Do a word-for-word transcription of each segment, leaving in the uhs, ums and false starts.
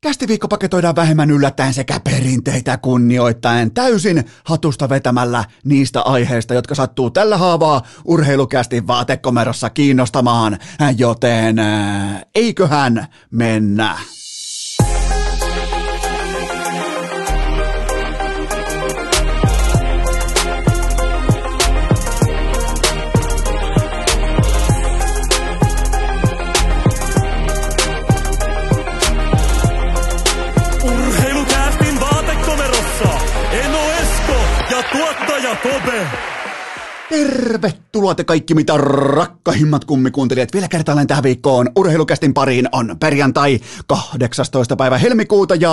Kästiviikko paketoidaan vähemmän yllättäen sekä perinteitä kunnioittaen täysin hatusta vetämällä niistä aiheista, jotka sattuu tällä haavaa urheilukästin vaatekomerossa kiinnostamaan, joten äh, eiköhän mennä. Kobe. Tervetuloa te kaikki mitä rakkahimmat kummikuuntelijat vielä kertaalleen tähän viikkoon. Urheilukästin pariin on perjantai kahdeksastoista päivä helmikuuta ja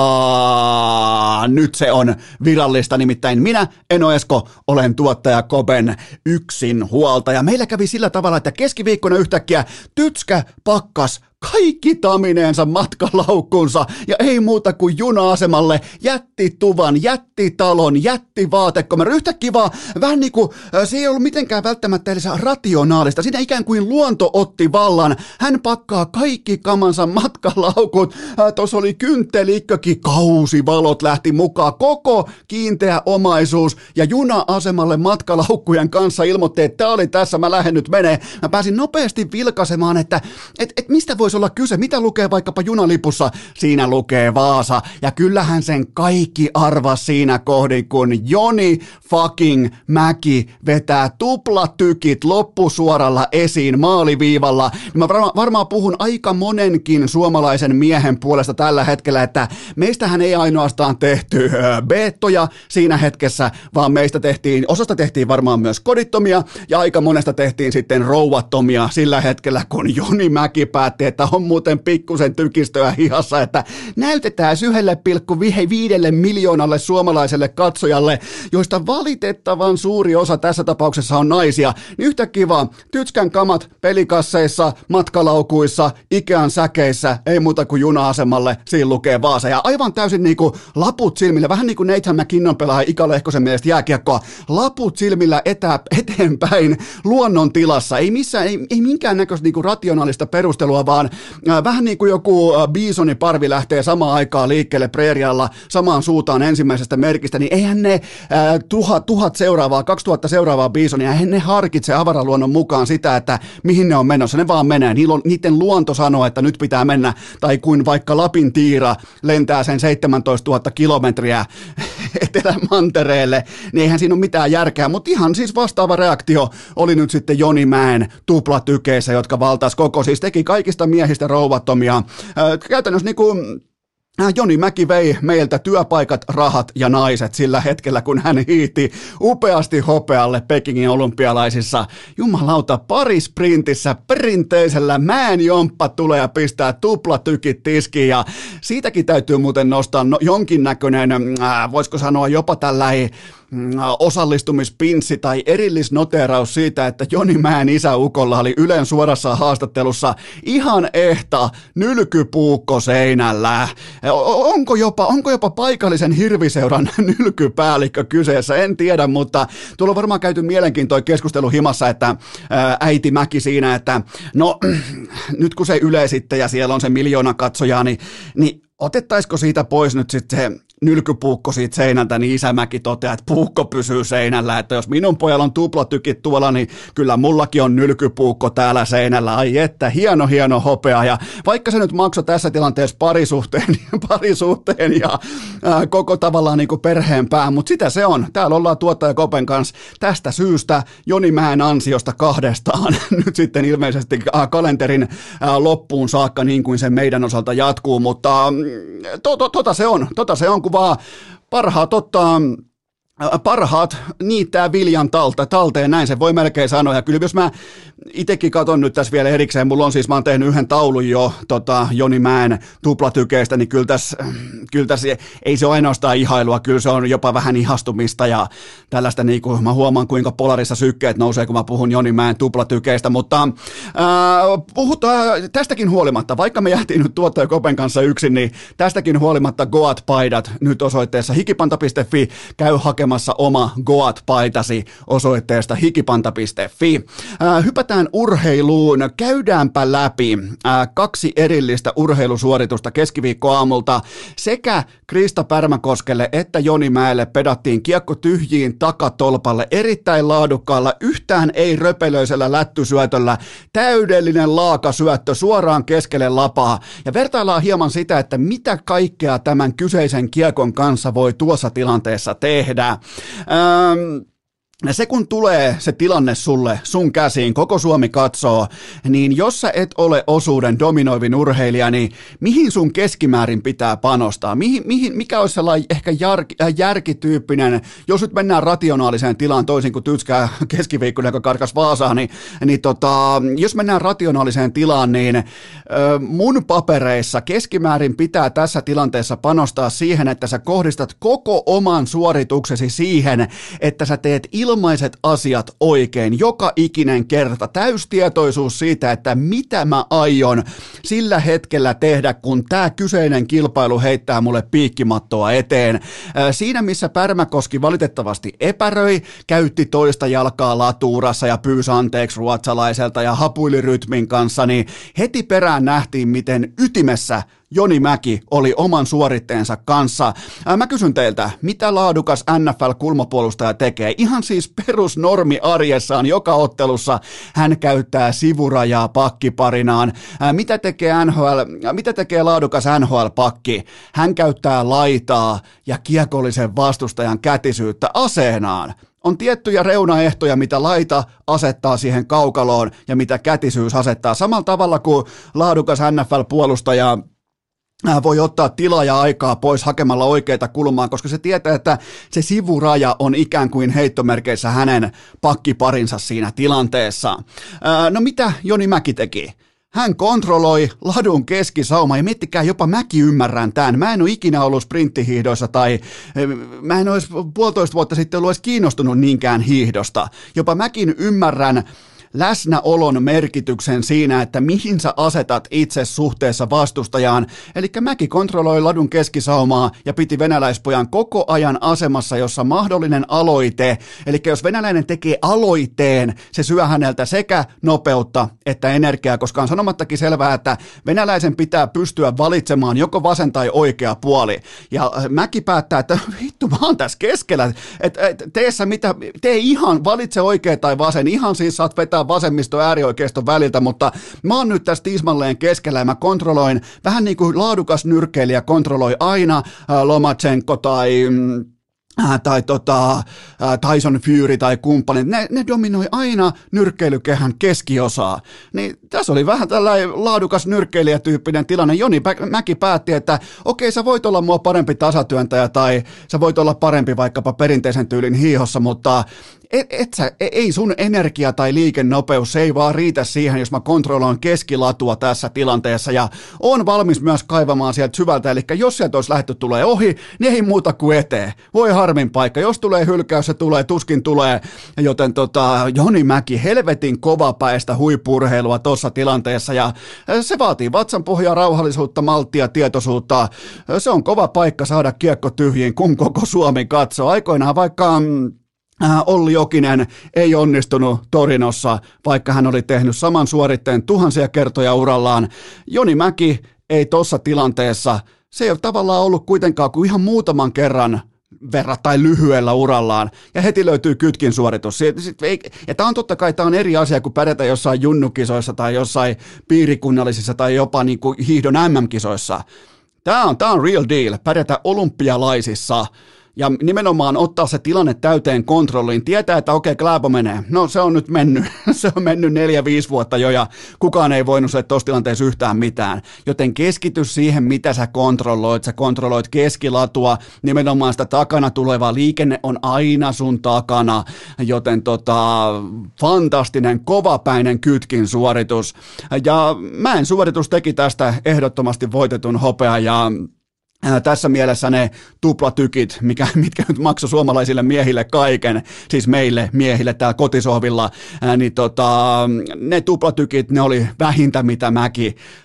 nyt se on virallista, nimittäin minä, Eno Esko, olen tuottaja Koben yksin huoltaja. Meillä kävi sillä tavalla, että keskiviikkona yhtäkkiä Tytskä pakkas kaikki tamineensa matkalaukkunsa ja ei muuta kuin juna-asemalle jättituvan, jättitalon, jättivaatekomero. Yhtä kivaa, vähän niin kuin se ei ollut mitenkään välttämättä edes rationaalista. Siinä ikään kuin luonto otti vallan. Hän pakkaa kaikki kamansa matkalaukut. Tuossa oli kynttelikkökin, kausivalot lähti mukaan. Koko kiinteä omaisuus ja juna-asemalle matkalaukkujen kanssa ilmoitti, että tämä oli tässä, mä lähden nyt menee. Mä pääsin nopeasti vilkaisemaan, että et, et mistä voisi olla kyse, mitä lukee vaikkapa junalipussa, siinä lukee Vaasa, ja kyllähän sen kaikki arvas siinä kohdin, kun Joni fucking Mäki vetää tuplatykit loppusuoralla esiin maaliviivalla. Mä varma, varmaan puhun aika monenkin suomalaisen miehen puolesta tällä hetkellä, että meistähän ei ainoastaan tehty beettoja siinä hetkessä, vaan meistä tehtiin, osasta tehtiin varmaan myös kodittomia, ja aika monesta tehtiin sitten rouvattomia sillä hetkellä, kun Joni Mäki päätti, että on muuten pikkusen tykistöä hihassa, että näytetään yhdelle pilkku viidelle miljoonalle suomalaiselle katsojalle, joista valitettavan suuri osa tässä tapauksessa on naisia. Niin yhtä kiva, Tytskän kamat pelikasseissa, matkalaukuissa, Ikean säkeissä, ei muuta kuin juna-asemalle, siinä lukee Vaasa. Ja aivan täysin niinku laput silmillä, vähän niin kuin Nathan McKinnon pelaa Ika Lehkosen mielestä jääkiekkoa, laput silmillä etä, eteenpäin luonnon tilassa. Ei missään, ei, ei minkäännäköistä niinku rationaalista perustelua, vaan äh, vähän niin kuin joku äh, biisoniparvi lähtee samaan aikaan liikkeelle preerialla samaan suuntaan ensimmäisestä merkistä, niin eihän ne äh, tuhat, tuhat seuraavaa, kaksituhatta seuraavaa biisonia, eihän ne harkitse avaraluonnon mukaan sitä, että mihin ne on menossa, ne vaan menee. Niillä on, niiden luonto sanoo, että nyt pitää mennä, tai kuin vaikka Lapin tiira lentää sen seitsemäntoistatuhatta kilometriä Etelämantereelle, niin eihän siinä ole mitään järkeä, mutta ihan siis vastaava reaktio oli nyt sitten Joni Mäen tuplatykeissä, jotka valtaisi koko, siis teki kaikista miehistä rouvattomia. Ää, käytännössä niin kuin Joni Mäki vei meiltä työpaikat, rahat ja naiset sillä hetkellä, kun hän hiihti upeasti hopealle Pekingin olympialaisissa. Jumalauta, parisprintissä perinteisellä Mäen-jomppa tulee ja pistää tuplatykit tiskiin, ja siitäkin täytyy muuten nostaa no, jonkinnäköinen, äh, voisiko sanoa jopa tällainen osallistumispinssi tai erillisnoteraus siitä, että Joni Mäen isäukolla oli Ylen suorassa haastattelussa ihan ehta nylkypuukko seinällä. Onko jopa, onko jopa paikallisen hirviseuran nylkypäällikkö kyseessä? En tiedä, mutta tuolla on varmaan käyty mielenkiintoinen keskustelu himassa, että äiti Mäki siinä, että no nyt kun se Yle sitten ja siellä on se miljoona katsojaa, niin, niin otettaisiko siitä pois nyt sitten se nylkypuukko siitä seinältä, niin isämäki toteaa, että puukko pysyy seinällä, että jos minun pojalla on tuplatykit tuolla, niin kyllä mullakin on nylkypuukko täällä seinällä, ai että hieno hieno hopea, ja vaikka se nyt maksoi tässä tilanteessa parisuhteen, parisuhteen ja ää, koko tavallaan niin kuin perheen pää, mutta sitä se on, täällä ollaan tuottaja Kopen kanssa tästä syystä Joni Mäen ansiosta kahdestaan, nyt sitten ilmeisesti ää, kalenterin ää, loppuun saakka, niin kuin se meidän osalta jatkuu, mutta to, to, tota se on, tota se on, kun vaan parhaat ottaa, parhaat niittää viljan talta, talteen, näin se voi melkein sanoa, ja kyllä jos mä itsekin katon nyt tässä vielä erikseen, mulla on siis, mä oon tehnyt yhden taulun jo tota, Joni Mäen tuplatykeistä, niin kyllä tässä, kyllä tässä ei se ole ainoastaan ihailua, kyllä se on jopa vähän ihastumista ja tällaista, niin kuin mä huomaan kuinka polarissa sykkeet nousee, kun mä puhun Joni Mäen tuplatykeistä, mutta ää, puhutaan tästäkin huolimatta, vaikka me jäätiin nyt tuottaja Kopen kanssa yksin, niin tästäkin huolimatta Goat-paidat nyt osoitteessa hikipanta piste fi, käy hakemaan hakemassa oma Goat-paitasi osoitteesta hikipanta piste fi. Äh, hypätään urheiluun, käydäänpä läpi äh, kaksi erillistä urheilusuoritusta keskiviikkoaamulta. Sekä Krista Pärmäkoskelle että Joni Mäelle pedattiin kiekko tyhjiin takatolpalle erittäin laadukkaalla, yhtään ei röpelöisellä lättysyötöllä, täydellinen laakasyöttö suoraan keskelle lapaa. Ja vertaillaan hieman sitä, että mitä kaikkea tämän kyseisen kiekon kanssa voi tuossa tilanteessa tehdä. Ähm, Se kun tulee se tilanne sulle, sun käsiin, koko Suomi katsoo, niin jos sä et ole osuuden dominoivin urheilija, niin mihin sun keskimäärin pitää panostaa? Mihin, mihin, mikä olisi sellainen ehkä jär, järkityyppinen, jos nyt mennään rationaaliseen tilaan toisin kuin Tytskää keskiviikkona, joka karkas Vaasaan, niin, niin tota, jos mennään rationaaliseen tilaan, niin ö, mun papereissa keskimäärin pitää tässä tilanteessa panostaa siihen, että sä kohdistat koko oman suorituksesi siihen, että sä teet ilmaiset asiat oikein joka ikinen kerta. Täystietoisuus siitä, että mitä mä aion sillä hetkellä tehdä, kun tämä kyseinen kilpailu heittää mulle piikkimattoa eteen. Siinä, missä Pärmäkoski valitettavasti epäröi, käytti toista jalkaa latuurassa ja pyysi anteeksi ruotsalaiselta ja hapuili rytmin kanssa, niin heti perään nähtiin, miten ytimessä Joni Mäki oli oman suoritteensa kanssa. Ää, mä kysyn teiltä, mitä laadukas N F L-kulmapuolustaja tekee? Ihan siis perusnormi arjessaan joka ottelussa hän käyttää sivurajaa pakkiparinaan. Ää, mitä tekee N H L, mitä tekee laadukas N H L-pakki? Hän käyttää laitaa ja kiekollisen vastustajan kätisyyttä aseenaan. On tiettyjä reunaehtoja, mitä laita asettaa siihen kaukaloon ja mitä kätisyys asettaa. Samalla tavalla kuin laadukas N F L-puolustaja voi ottaa tilaa ja aikaa pois hakemalla oikeita kulmaa, koska se tietää, että se sivuraja on ikään kuin heittomerkeissä hänen pakkiparinsa siinä tilanteessa. No mitä Joni Mäki teki? Hän kontrolloi ladun keskisauma ja miettikää, jopa mäkin ymmärrän tämän. Mä en ole ikinä ollut sprinttihiihdoissa tai mä en olisi puolitoista vuotta sitten ollut edes kiinnostunut niinkään hiihdosta. Jopa mäkin ymmärrän läsnäolon merkityksen siinä, että mihin sä asetat itse suhteessa vastustajaan. Eli Mäki kontrolloi ladun keskisaumaa ja piti venäläispojan koko ajan asemassa, jossa mahdollinen aloite, eli jos venäläinen tekee aloitteen, se syö häneltä sekä nopeutta että energiaa, koska on sanomattakin selvää, että venäläisen pitää pystyä valitsemaan joko vasen tai oikea puoli. Ja Mäki päättää, että vittu, mä oon tässä keskellä, että et, tee sä mitä, tee ihan, valitse oikea tai vasen, ihan siis saat vetää vasemmisto äärioikeiston väliltä, mutta mä oon nyt tässä tismalleen keskellä ja mä kontrolloin, vähän niin kuin laadukas nyrkkeilijä kontrolloi aina äh, Lomachenko tai mm, tai tota, Tyson Fury tai kumppanit, ne, ne dominoi aina nyrkkeilykehän keskiosaa. Niin tässä oli vähän tällainen laadukas nyrkkeilijätyyppinen tilanne. Joni Mäki päätti, että okei, sä voit olla mua parempi tasatyöntäjä tai sä voit olla parempi vaikkapa perinteisen tyylin hiihossa, mutta et, et sä, ei sun energia tai liikennopeus, se ei vaan riitä siihen, jos mä kontrolloin keskilatua tässä tilanteessa ja on valmis myös kaivamaan sieltä syvältä, eli jos sieltä olisi lähdetty tulee ohi, niin ei muuta kuin eteen. Voi harmin paikka. Jos tulee hylkäys, se tulee, tuskin tulee, joten tota, Joni Mäki, helvetin kovapäistä huippu-urheilua tuossa tilanteessa, ja se vaatii vatsanpohjaa, rauhallisuutta, malttia, tietoisuutta. Se on kova paikka saada kiekko tyhjiin, kun koko Suomi katsoo. Aikoinaan vaikka Olli Jokinen ei onnistunut Torinossa, vaikka hän oli tehnyt saman suoritteen tuhansia kertoja urallaan. Joni Mäki ei tuossa tilanteessa, se ei ole tavallaan ollut kuitenkaan kuin ihan muutaman kerran verrattain lyhyellä urallaan, ja heti löytyy kytkin suoritus. Ja tämä on totta kai tämä on eri asia kuin pärjätä jossain junnukisoissa tai jossain piirikunnallisissa tai jopa niin kuin hiihdon M M-kisoissa. Tämä on, tämä on real deal, pärjätä olympialaisissa. Ja nimenomaan ottaa se tilanne täyteen kontrolliin, tietää, että okei, Kläbo menee. No se on nyt mennyt, se on mennyt neljä, viisi vuotta jo ja kukaan ei voinut se tuossa tilanteessa yhtään mitään. Joten keskity siihen, mitä sä kontrolloit. Sä kontrolloit keskilatua, nimenomaan sitä takana tuleva liikenne on aina sun takana. Joten tota, fantastinen, kovapäinen kytkin suoritus. Ja Mäen suoritus teki tästä ehdottomasti voitetun hopea ja tässä mielessä ne tuplatykit, mikä, mitkä nyt maksoi suomalaisille miehille kaiken, siis meille miehille täällä kotisohvilla, ää, niin tota, ne tuplatykit, ne oli vähintä mitä Mäki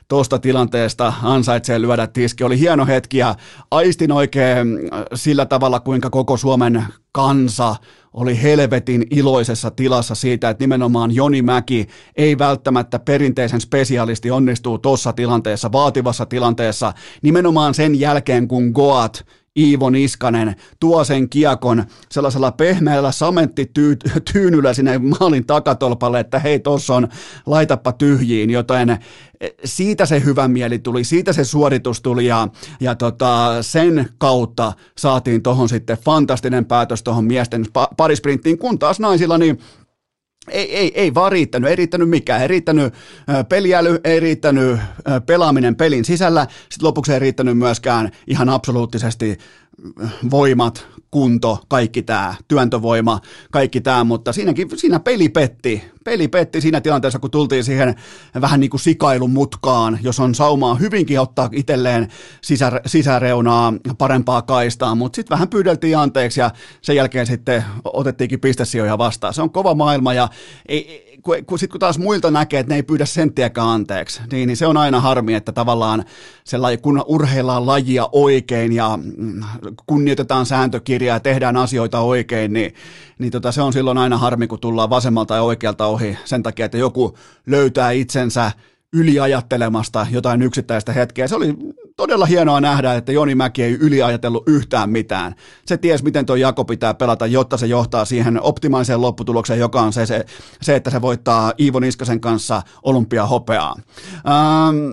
tuosta tilanteesta ansaitsee lyödä tiski. Oli hieno hetki ja aistin oikein sillä tavalla, kuinka koko Suomen kansa oli helvetin iloisessa tilassa siitä, että nimenomaan Joni Mäki ei välttämättä perinteisen spesialisti onnistuu tuossa tilanteessa, vaativassa tilanteessa, nimenomaan sen jälkeen, kun Goat Iivo Niskanen tuo sen kiekon sellaisella pehmeällä samenttityynyllä sinne maalin takatolpalle, että hei, tossa on, laitapa tyhjiin, joten siitä se hyvä mieli tuli, siitä se suoritus tuli ja, ja tota, sen kautta saatiin tuohon sitten fantastinen päätös tuohon miesten parisprinttiin, kun taas naisilla niin Ei, ei, ei vaan riittänyt, ei riittänyt mikään, ei riittänyt peliäly, ei riittänyt pelaaminen pelin sisällä, sitten lopuksi ei riittänyt myöskään ihan absoluuttisesti voimat, kunto, kaikki tämä, työntövoima, kaikki tämä, mutta siinäkin, siinä peli petti, peli petti siinä tilanteessa, kun tultiin siihen vähän niin kuin sikailun mutkaan, jos on saumaa hyvinkin ottaa itselleen sisä, sisäreunaa parempaa kaistaa, mutta sitten vähän pyydeltiin anteeksi ja sen jälkeen sitten otettiinkin pistesijoja vastaan. Se on kova maailma ja ei, kun, kun, sit kun taas muilta näkee, että ne ei pyydä senttiäkään anteeksi, niin, niin se on aina harmi, että tavallaan sellainen, kun urheillaan lajia oikein ja kunnioitetaan sääntökirjaa ja tehdään asioita oikein, niin, niin tota, se on silloin aina harmi, kun tullaan vasemmalta ja oikealta ohi sen takia, että joku löytää itsensä yliajattelemasta jotain yksittäistä hetkeä. Se oli todella hienoa nähdä, että Joni Mäki ei yliajatellut yhtään mitään. Se ties, miten tuo jako pitää pelata, jotta se johtaa siihen optimaaliseen lopputulokseen, joka on se, se, se että se voittaa Iivo Niskasen kanssa olympiahopeaa. Ähm,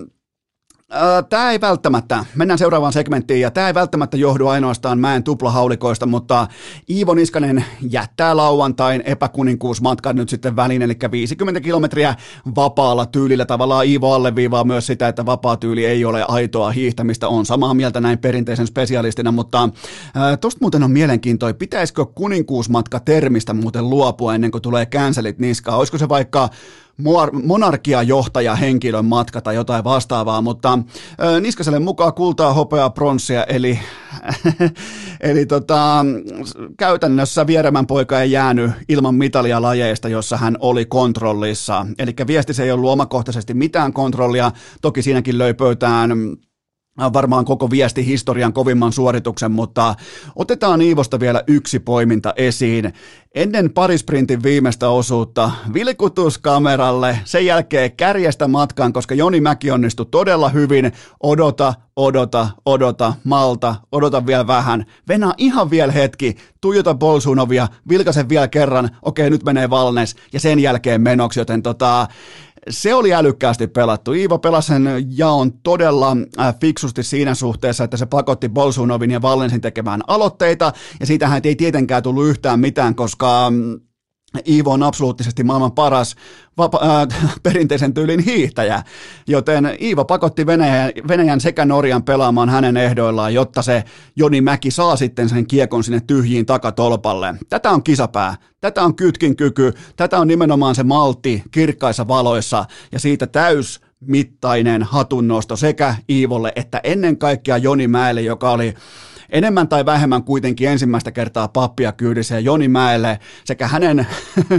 Tämä ei välttämättä, mennään seuraavaan segmenttiin, ja tämä ei välttämättä johdu ainoastaan mäen tuplahaulikoista, mutta Iivo Niskanen jättää lauantain epäkuninkuusmatkan nyt sitten väliin, eli viisikymmentä kilometriä vapaalla tyylillä. Tavallaan Iivo alleviivaa myös sitä, että vapaa tyyli ei ole aitoa hiihtämistä, on samaa mieltä näin perinteisen spesialistina, mutta tuosta muuten on mielenkiintoa, pitäisikö kuninkuusmatka termistä muuten luopua ennen kuin tulee cancelit niskaan, olisiko se vaikka monarkiajohtaja henkilön matka tai jotain vastaavaa, mutta ö, Niskaselle mukaan kultaa, hopeaa, pronssia, eli, eli tota, käytännössä Vieremän poika ei jäänyt ilman mitalia lajeista, jossa hän oli kontrollissa. Eli viesti se ei ollut omakohtaisesti mitään kontrollia, toki siinäkin löi pöytään varmaan koko viesti historian kovimman suorituksen, mutta otetaan Iivosta vielä yksi poiminta esiin. Ennen parisprintin viimeistä osuutta vilkutus kameralle, sen jälkeen kärjestä matkaan, koska Joni Mäki onnistui todella hyvin. Odota, odota, odota, malta, odota vielä vähän. Venää ihan vielä hetki, tuijota Bolsunovia, vilkaisen vielä kerran, okei nyt menee Valnes ja sen jälkeen menoksi, joten tota... Se oli älykkäästi pelattu. Iivo pelasi sen jaon todella fiksusti siinä suhteessa, että se pakotti Bolsunovin ja Vallensin tekemään aloitteita, ja siitähän ei tietenkään tullut yhtään mitään, koska Iivo on absoluuttisesti maailman paras vapa- äh, perinteisen tyylin hiihtäjä, joten Iivo pakotti Venäjän, Venäjän sekä Norjan pelaamaan hänen ehdoillaan, jotta se Joni Mäki saa sitten sen kiekon sinne tyhjiin takatolpalle. Tätä on kisapää, tätä on kytkin kyky, tätä on nimenomaan se maltti kirkkaissa valoissa ja siitä täys mittainen hatunnosto sekä Iivolle että ennen kaikkea Joni Mäelle, joka oli enemmän tai vähemmän kuitenkin ensimmäistä kertaa pappia kyydissä ja Joni Mäelle sekä hänen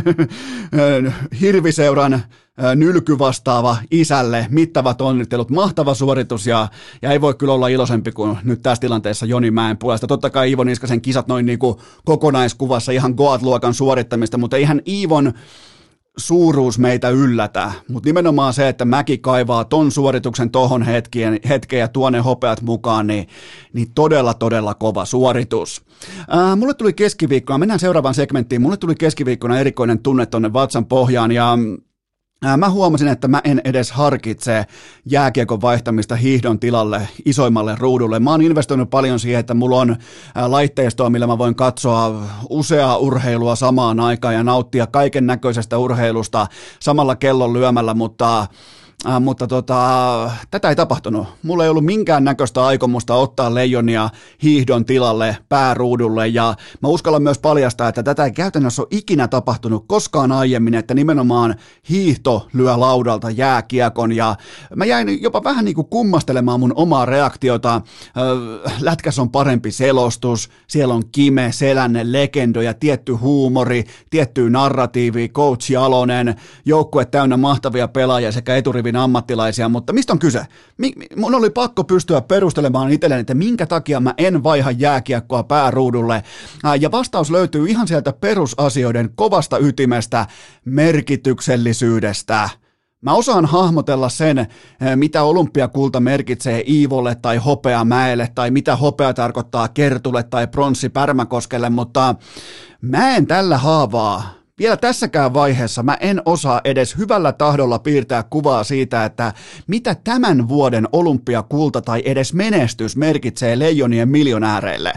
hirviseuran nylkyvastaava isälle mittavat onnittelut, mahtava suoritus ja, ja ei voi kyllä olla iloisempi kuin nyt tässä tilanteessa Joni Mäen puolesta. Totta kai Iivo Niskasen kisat noin niin kuin kokonaiskuvassa ihan Goat-luokan suorittamista, mutta eihän Iivon suuruus meitä yllätä, mutta nimenomaan se, että Mäki kaivaa ton suorituksen tohon hetkeen, hetkeen ja tuo ne hopeat mukaan, niin, niin todella, todella kova suoritus. Ää, mulle tuli keskiviikkona, mennään seuraavaan segmenttiin, mulle tuli keskiviikkona erikoinen tunne tonne vatsan pohjaan ja mä huomasin, että mä en edes harkitse jääkiekon vaihtamista hiihdon tilalle isoimmalle ruudulle. Mä oon investoinut paljon siihen, että mulla on laitteistoa, millä mä voin katsoa useaa urheilua samaan aikaan ja nauttia kaiken näköisestä urheilusta samalla kellon lyömällä, mutta Äh, mutta tota, tätä ei tapahtunut. Mulla ei ollut minkään näköistä aikomusta ottaa Leijonia hiihdon tilalle pääruudulle ja mä uskallan myös paljastaa, että tätä ei käytännössä ole ikinä tapahtunut koskaan aiemmin, että nimenomaan hiihto lyö laudalta jääkiekon ja mä jäin jopa vähän niin kuin kummastelemaan mun omaa reaktiota. Äh, lätkäs on parempi selostus, siellä on Kime, Selänne, legendo ja tietty huumori, tietty narratiivi, coach Jalonen, joukkue täynnä mahtavia pelaajia sekä eturivi loistavin ammattilaisia, mutta mistä on kyse? Mun oli pakko pystyä perustelemaan itselleni, että minkä takia mä en vaiha jääkiekkoa pääruudulle. Ja vastaus löytyy ihan sieltä perusasioiden kovasta ytimestä, merkityksellisyydestä. Mä osaan hahmotella sen, mitä olympiakulta merkitsee Iivolle tai Hopeamäelle tai mitä hopea tarkoittaa Kertulle tai pronssi Pärmäkoskelle, mutta mä en tällä haavaa, vielä tässäkään vaiheessa mä en osaa edes hyvällä tahdolla piirtää kuvaa siitä, että mitä tämän vuoden olympiakulta tai edes menestys merkitsee leijonien miljonääreille.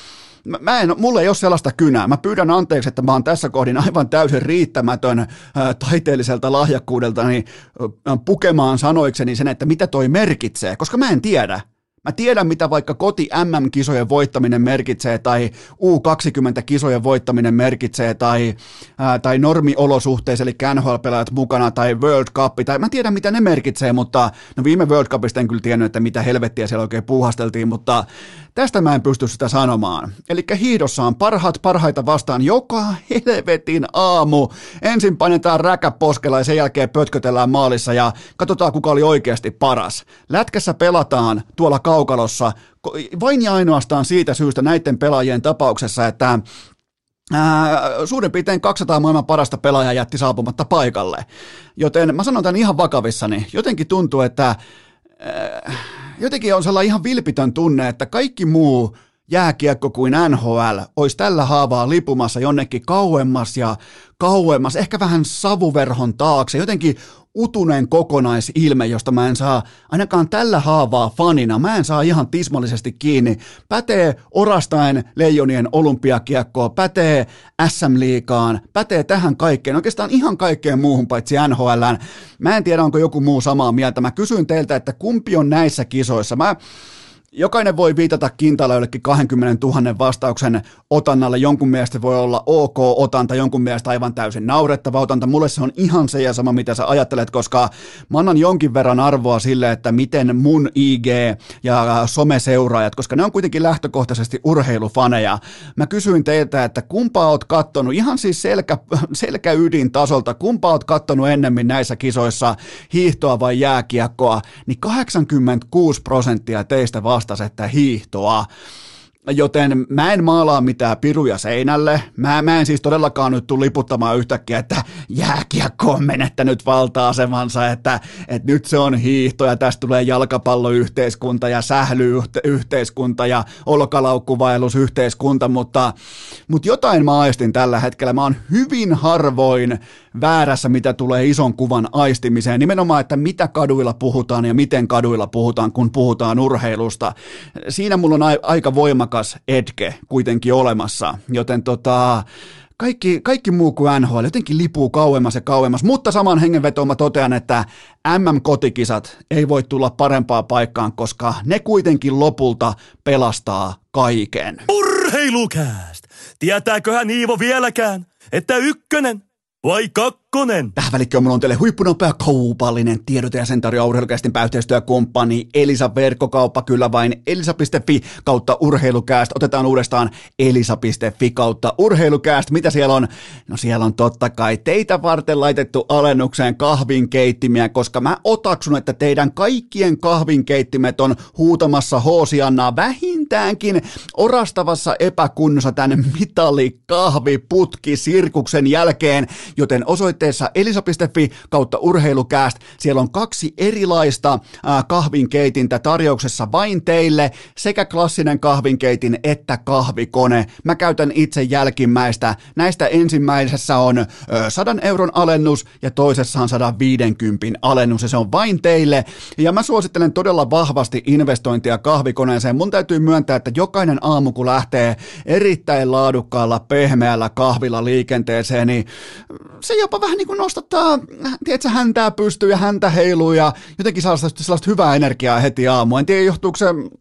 Mä en, mulla ei ole sellaista kynää. Mä pyydän anteeksi, että mä oon tässä kohdin aivan täysin riittämätön ää, taiteelliselta lahjakkuudeltani ää, pukemaan sanoikseni sen, että mitä toi merkitsee, koska mä en tiedä. Mä tiedän, mitä vaikka koti M M-kisojen voittaminen merkitsee, tai U kaksikymmentä-kisojen voittaminen merkitsee, tai, ää, tai normiolosuhteissa, eli N H L-pelaajat mukana, tai World Cup, tai mä tiedän, mitä ne merkitsee, mutta no viime World Cupista en kyllä tiennyt, että mitä helvettiä siellä oikein puuhasteltiin, mutta tästä mä en pysty sitä sanomaan. Eli hiihdossa on parhaat parhaita vastaan joka helvetin aamu. Ensin painetaan räkä poskella ja sen jälkeen pötkötellään maalissa ja katsotaan, kuka oli oikeasti paras. Lätkässä pelataan tuolla kaukalossa vain ja ainoastaan siitä syystä näiden pelaajien tapauksessa, että Ää, suurin piirtein kaksisataa maailman parasta pelaajaa jätti saapumatta paikalle. Joten mä sanon tämän ihan vakavissani. Jotenkin tuntuu, että ää, jotenkin on sellainen ihan vilpitön tunne, että kaikki muu jääkiekko kuin N H L olisi tällä haavaa lipumassa jonnekin kauemmas ja kauemmas, ehkä vähän savuverhon taakse, jotenkin utunen kokonaisilme, josta mä en saa ainakaan tällä haavaa fanina, mä en saa ihan tismallisesti kiinni. Pätee orastaen leijonien olympiakiekkoa, pätee S M-liigaan, pätee tähän kaikkeen, oikeastaan ihan kaikkeen muuhun paitsi N H L:ään. Mä en tiedä, onko joku muu samaa mieltä. Mä kysyn teiltä, että kumpi on näissä kisoissa. Mä Jokainen voi viitata kintaalla jollekin kaksikymmentätuhatta vastauksen otannalle. Jonkun mielestä voi olla ok otanta, jonkun mielestä aivan täysin naurettava otanta. Mulle se on ihan se ja sama, mitä sä ajattelet, koska mä annan jonkin verran arvoa sille, että miten mun I G ja someseuraajat, koska ne on kuitenkin lähtökohtaisesti urheilufaneja. Mä kysyin teiltä, että kumpaa oot kattonut, ihan siis selkä, selkäydin tasolta, kumpaa oot kattonut ennemmin näissä kisoissa, hiihtoa vai jääkiekkoa, niin kahdeksankymmentäkuusi prosenttia teistä vastasi, että hiihtoa. Joten mä en maalaa mitään piruja seinälle. Mä, mä en siis todellakaan nyt tule liputtamaan yhtäkkiä, että jääkiekko on menettänyt valta-asemansa, että, että nyt se on hiihto ja tästä tulee jalkapalloyhteiskunta ja sählyyhteiskunta ja olkalaukkuvaellusyhteiskunta, mutta, mutta jotain mä aistin tällä hetkellä. Mä oon hyvin harvoin väärässä, mitä tulee ison kuvan aistimiseen. Nimenomaan, että mitä kaduilla puhutaan ja miten kaduilla puhutaan, kun puhutaan urheilusta. Siinä mulla on a- aika voimakas edge kuitenkin olemassa, joten tota, kaikki, kaikki muu kuin N H L jotenkin lipuu kauemmas ja kauemmas, mutta saman hengenvetoon mä totean, että M M-kotikisat ei voi tulla parempaan paikkaan, koska ne kuitenkin lopulta pelastaa kaiken. Urheilukääst! Tietääköhän Iivo vieläkään, että ykkönen vai kakkonen? Tähän välikköön mulla on teille huippunopea kaupallinen tiedote ja sen tarjoaa Urheilukästin pääyhteistyökumppani Elisa verkkokauppa, kyllä vain elisa piste fi kautta urheilukääst. Otetaan uudestaan elisa piste fi kautta urheilukääst. Mitä siellä on? No siellä on totta kai teitä varten laitettu alennukseen kahvinkeittimiä, koska mä otaksun, että teidän kaikkien kahvinkeittimet on huutamassa hoosiannaa vähintäänkin orastavassa epäkunnossa tämän mitalikahviputki-sirkuksen jälkeen, joten osoitteessa elisa piste fi kautta urheilukääst. Siellä on kaksi erilaista äh, kahvinkeitintä tarjouksessa vain teille, sekä klassinen kahvinkeitin että kahvikone. Mä käytän itse jälkimmäistä. Näistä ensimmäisessä on ö, sadan euron alennus ja toisessa on sata viisikymmentä alennus ja se on vain teille. Ja mä suosittelen todella vahvasti investointia kahvikoneeseen. Mun täytyy myöntää, että jokainen aamu kun lähtee erittäin laadukkaalla pehmeällä kahvilla liikenteeseen, niin se jopa vähän niin kuin nostattaa, tiedätkö, häntää pystyy ja häntä heiluu ja jotenkin saa sellaista, sellaista hyvää energiaa heti aamuun. En tiedä, johtuuko se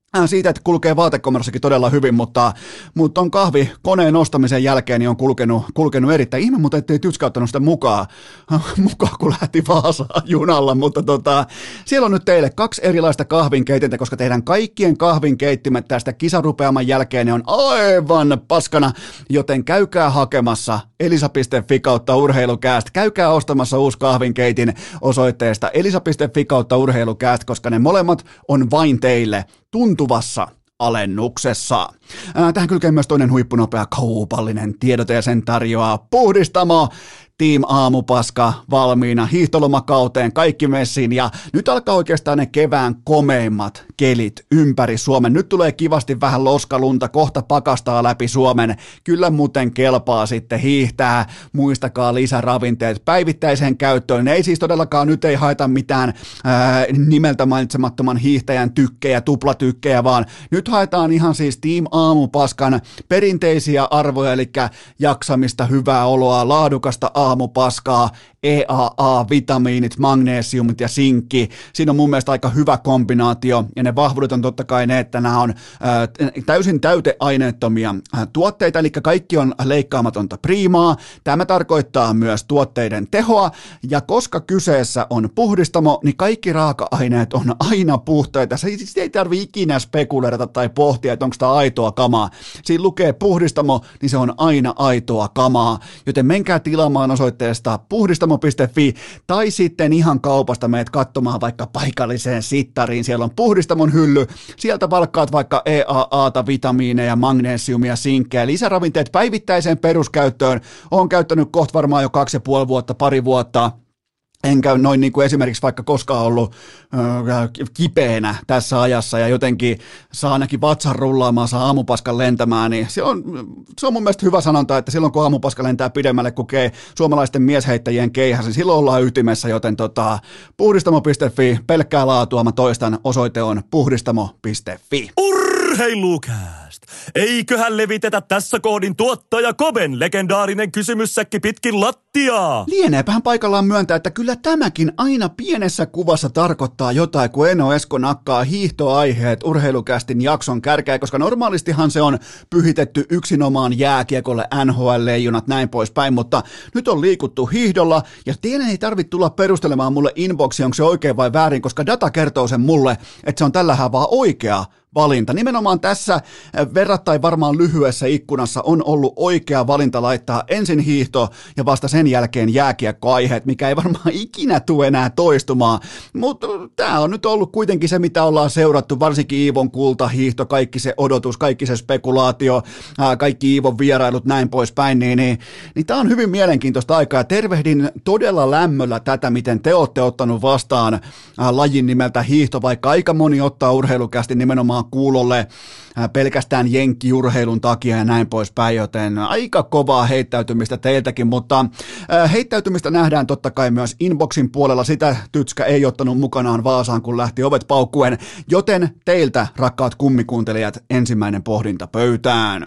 siitä, että kulkee vaatekomerossakin todella hyvin, mutta, mutta on kahvi koneen ostamisen jälkeen niin on kulkenut, kulkenut erittäin. Ihme, mutta ettei Tytskä ottanut sitä mukaan, mukaan kun lähti Vaasaan junalla, mutta tota, siellä on nyt teille kaksi erilaista kahvinkeitintä, koska teidän kaikkien kahvinkeittimet tästä kisarupeaman jälkeen ne on aivan paskana, joten käykää hakemassa elisa piste fi kautta urheilukääst, käykää ostamassa uusi kahvinkeitin osoitteesta elisa piste fi kautta urheilukääst, koska ne molemmat on vain teille tuntuvassa alennuksessa. Tähän kylkee myös toinen huippunopea kaupallinen tiedote ja sen tarjoaa Puhdistamo. Team Aamupaska valmiina hiihtolomakauteen, kaikki messiin ja nyt alkaa oikeastaan ne kevään komeimmat kelit ympäri Suomen. Nyt tulee kivasti vähän loskalunta, kohta pakastaa läpi Suomen. Kyllä muuten kelpaa sitten hiihtää. Muistakaa lisäravinteet päivittäiseen käyttöön. Ne ei siis todellakaan nyt ei haeta mitään ää, nimeltä mainitsemattoman hiihtäjän tykkejä, tuplatykkejä, vaan nyt haetaan ihan siis Team Aamupaskan perinteisiä arvoja, eli jaksamista, hyvää oloa, laadukasta aamupaskaa, E A A-vitamiinit, magneesiumit ja sinkki. Siinä on mun mielestä aika hyvä kombinaatio, ja ne vahvuudet on totta kai ne, että nämä on ää, täysin täyteaineettomia ää, tuotteita, eli kaikki on leikkaamatonta priimaa. Tämä tarkoittaa myös tuotteiden tehoa, ja koska kyseessä on Puhdistamo, niin kaikki raaka-aineet on aina puhtaita. Se ei tarvitse ikinä spekuloida tai pohtia, että onko tämä aitoa kamaa. Siinä lukee Puhdistamo, niin se on aina aitoa kamaa, joten menkää tilaamaan osoitteesta puhdistamo piste fi tai sitten ihan kaupasta meet katsomaan vaikka paikalliseen sittariin. Siellä on Puhdistamon hylly. Sieltä valkkaat vaikka E A A:ta, vitamiineja, magneesiumia, sinkkejä, lisäravinteet päivittäiseen peruskäyttöön. Olen käyttänyt kohta varmaan jo kaksi ja puoli vuotta, pari vuotta. En käy noin niin kuin esimerkiksi vaikka koskaan ollut äh, kipeänä tässä ajassa ja jotenkin saa ainakin vatsan rullaamaan, saa aamupaskan lentämään, niin se on, se on mun mielestä hyvä sanonta, että silloin kun aamupaska lentää pidemmälle kuin kei, suomalaisten miesheittäjien keihäs, niin silloin ollaan ytimessä, joten tota, puhdistamo piste fi, pelkkää laatua, mä toistan, osoite on puhdistamo piste fi. Urheilukääst! Eiköhän levitetä tässä kohdin tuottaja Koben legendaarinen kysymyssäkki pitkin lattiaa? Lieneepähän paikallaan myöntää, että kyllä tämäkin aina pienessä kuvassa tarkoittaa jotain, kun Eno Esko nakkaa hiihtoaiheet urheilukästin jakson kärkeä, koska normaalistihan se on pyhitetty yksinomaan jääkiekolle, N H L-leijonat, näin poispäin, mutta nyt on liikuttu hiihdolla, ja teidän ei tarvitse tulla perustelemaan mulle inboxia, onko se oikein vai väärin, koska data kertoo sen mulle, että se on tällä vaan oikea valinta. Nimenomaan tässä verrattain varmaan lyhyessä ikkunassa on ollut oikea valinta laittaa ensin hiihto ja vasta sen jälkeen jääkiekkoaiheet, mikä ei varmaan ikinä tule enää toistumaan, mutta tämä on nyt ollut kuitenkin se, mitä ollaan seurattu, varsinkin Iivon kultahiihto, kaikki se odotus, kaikki se spekulaatio, kaikki Iivon vierailut, näin poispäin, niin, niin, niin tämä on hyvin mielenkiintoista aikaa. Tervehdin todella lämmöllä tätä, miten te olette ottanut vastaan lajin nimeltä hiihto, vaikka aika moni ottaa urheilukästi nimenomaan kuulolle pelkästään jenkkiurheilun takia ja näin poispäin, joten aika kovaa heittäytymistä teiltäkin, mutta heittäytymistä nähdään totta kai myös inboxin puolella, sitä Tytskä ei ottanut mukanaan Vaasaan, kun lähti ovet paukkuen, joten teiltä, rakkaat kummikuuntelijat, ensimmäinen pohdinta pöytään.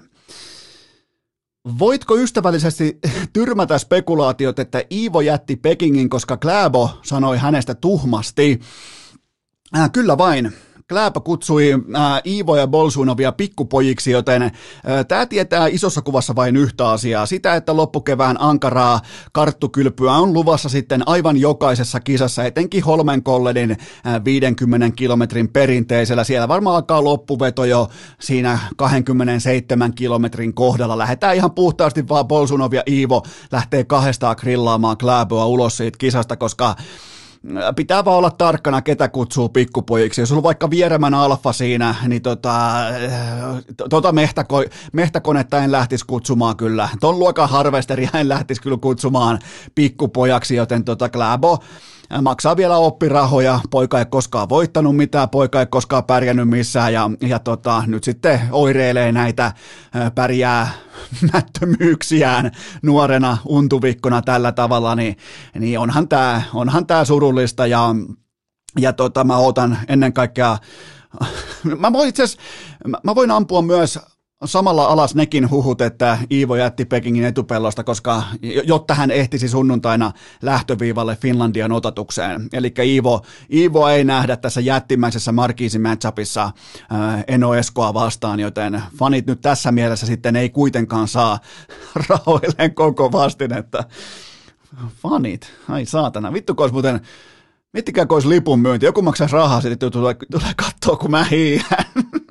Voitko ystävällisesti tyrmätä spekulaatiot, että Iivo jätti Pekingin, koska Klæbo sanoi hänestä tuhmasti? Äh, kyllä vain. Klæbo kutsui äh, Iivo ja Bolsunovia pikkupojiksi, joten äh, tämä tietää isossa kuvassa vain yhtä asiaa. Sitä, että loppukevään ankaraa karttukylpyä on luvassa sitten aivan jokaisessa kisassa, etenkin Holmenkolledin äh, viidenkymmenen kilometrin perinteisellä. Siellä varmaan alkaa loppuveto jo siinä kaksikymmentäseitsemän kilometrin kohdalla. Lähdetään ihan puhtaasti vaan Bolsunov ja Iivo lähtee kahdestaan grillaamaan Klæboa ulos siitä kisasta, koska pitää vaan olla tarkkana, ketä kutsuu pikkupojiksi. Jos sulla on vaikka Vieremän Alfa siinä, niin tota, tota mehtäko, mehtäkonetta en lähtisi kutsumaan kyllä. Ton luokan harvesteria en lähtisi kyllä kutsumaan pikkupojaksi, joten tota Klæbo maksaa vielä oppirahoja, poika ei koskaan voittanut mitään, poika ei koskaan pärjännyt missään ja, ja tota, nyt sitten oireilee näitä pärjää mättömyyksiään nuorena untuvikkona tällä tavalla, niin, niin onhan tämä onhan tää surullista ja, ja tota, mä otan ennen kaikkea, mä voin itse asiassa, mä voin ampua myös samalla alas nekin huhut, että Iivo jätti Pekingin etupellosta, koska jotta hän ehtisi sunnuntaina lähtöviivalle Finlandian otatukseen. Eli Iivo, Iivo ei nähdä tässä jättimäisessä Marquise-matchupissa äh, Eno Eskoa vastaan, joten fanit nyt tässä mielessä sitten ei kuitenkaan saa rahoilleen koko vastinetta. Fanit, ai saatana, vittu kun olisi muuten, miettikää kun olisi lipun myynti, joku maksaisi rahaa, sitten tulee, tulee katsoa kun mä hiihän.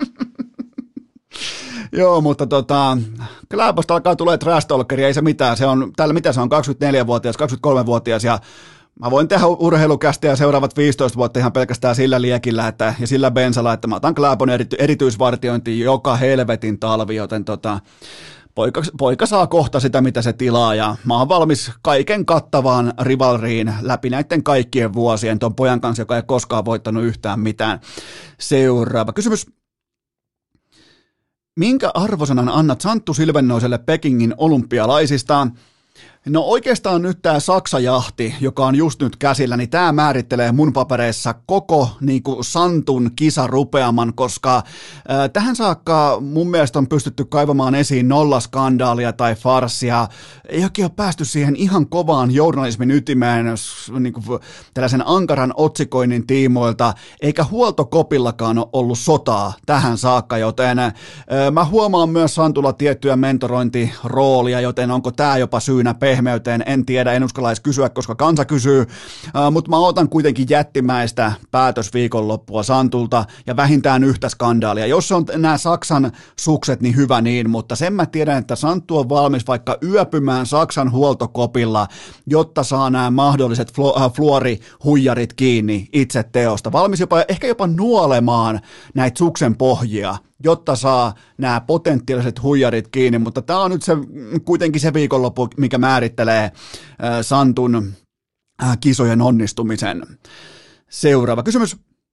Joo, mutta tota, Kläbosta alkaa tulee trash talkeri, ei se mitään, se on, täällä mitä se on, kaksikymmentäneljävuotias, kaksikymmentäkolmevuotias ja mä voin tehdä urheilukästiä seuraavat viisitoista vuotta ihan pelkästään sillä liekillä että, ja sillä bensalla, että mä otan Kläbon erity, erityisvartiointiin joka helvetin talvi, joten tota, poika, poika saa kohta sitä, mitä se tilaa ja mä oon valmis kaiken kattavaan rivalriin läpi näiden kaikkien vuosien ton pojan kanssa, joka ei koskaan voittanut yhtään mitään. Seuraava kysymys. Minkä arvosanan annat Santtu Silvennoiselle Pekingin olympialaisista? No oikeastaan nyt tämä Saksa-jahti, joka on just nyt käsillä, niin tämä määrittelee mun papereissa koko niin kuin Santun kisarupeaman, koska äh, tähän saakka mun mielestä on pystytty kaivamaan esiin nollaskandaalia tai farssia. Ei oikein ole päästy siihen ihan kovaan journalismin ytimeen niin kuin tällaisen ankaran otsikoinnin tiimoilta, eikä huoltokopillakaan ole ollut sotaa tähän saakka, joten äh, mä huomaan myös Santulla tiettyä mentorointiroolia, joten onko tämä jopa syynä pehmeyteen, en tiedä, en uskalla edes kysyä, koska kansa kysyy, uh, mutta mä otan kuitenkin jättimäistä päätösviikonloppua Santulta ja vähintään yhtä skandaalia. Jos on nämä Saksan sukset, niin hyvä niin, mutta sen mä tiedän, että Santtu on valmis vaikka yöpymään Saksan huoltokopilla, jotta saa nämä mahdolliset flu- uh, fluorihuijarit kiinni itse teosta. Valmis jopa, ehkä jopa nuolemaan näitä suksen pohjia, jotta saa nämä potentiaaliset huijarit kiinni, mutta tämä on nyt se, kuitenkin se viikonloppu, mikä määrittelee äh, Santun äh, kisojen onnistumisen. Seuraava kysymys.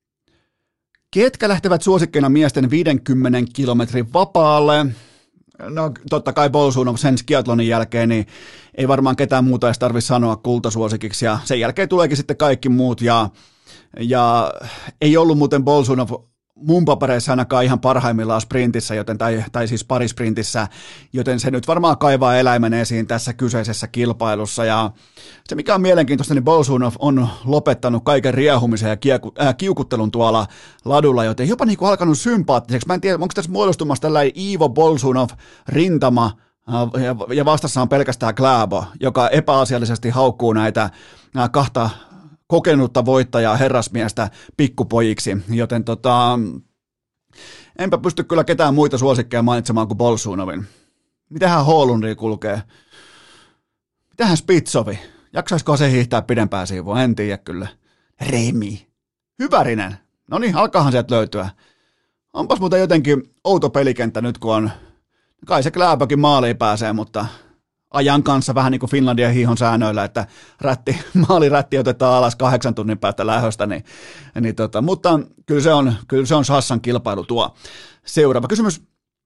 Ketkä lähtevät suosikkeina miesten viidenkymmenen kilometrin vapaalle? No totta kai Bolsunov sen skiathlonin jälkeen, niin ei varmaan ketään muuta edes tarvitse sanoa kultasuosikiksi, ja sen jälkeen tuleekin sitten kaikki muut, ja, ja ei ollut muuten Bolsunov mun papereissa ainakaan ihan parhaimmillaan sprintissä, joten, tai, tai siis parisprintissä, joten se nyt varmaan kaivaa eläimen esiin tässä kyseisessä kilpailussa, ja se mikä on mielenkiintoista, niin Bolsunov on lopettanut kaiken riehumisen ja kieku, äh, kiukuttelun tuolla ladulla, joten jopa niin kuin alkanut sympaattiseksi. Mä en tiedä, onko tässä muodostumassa tällainen Iivo Bolsunov rintama, äh, ja, ja vastassa on pelkästään Kläbo, joka epäasiallisesti haukkuu näitä äh, kahta kokenutta voittajaa herrasmiestä pikkupojiksi, joten tota, enpä pysty kyllä ketään muita suosikkeja mainitsemaan kuin Bolsunovin. Mitähän Holundri kulkee? Mitähän Spitsovi? Jaksaisiko se hiihtää pidempään siivua? En tiedä kyllä. Remi. Hyvärinen. No niin, alkaahan sieltä löytyä. Onpas muuten jotenkin outo pelikenttä nyt, kun on, kai se Kläbökin maaliin pääsee, mutta ajan kanssa vähän niin kuin Finlandian hiihon säännöillä, että rätti, maalirätti otetaan alas kahdeksan tunnin päästä lähöstä, niin, niin tota, mutta kyllä se on, kyllä se on Sassan kilpailu tuo. Seuraava kysymys.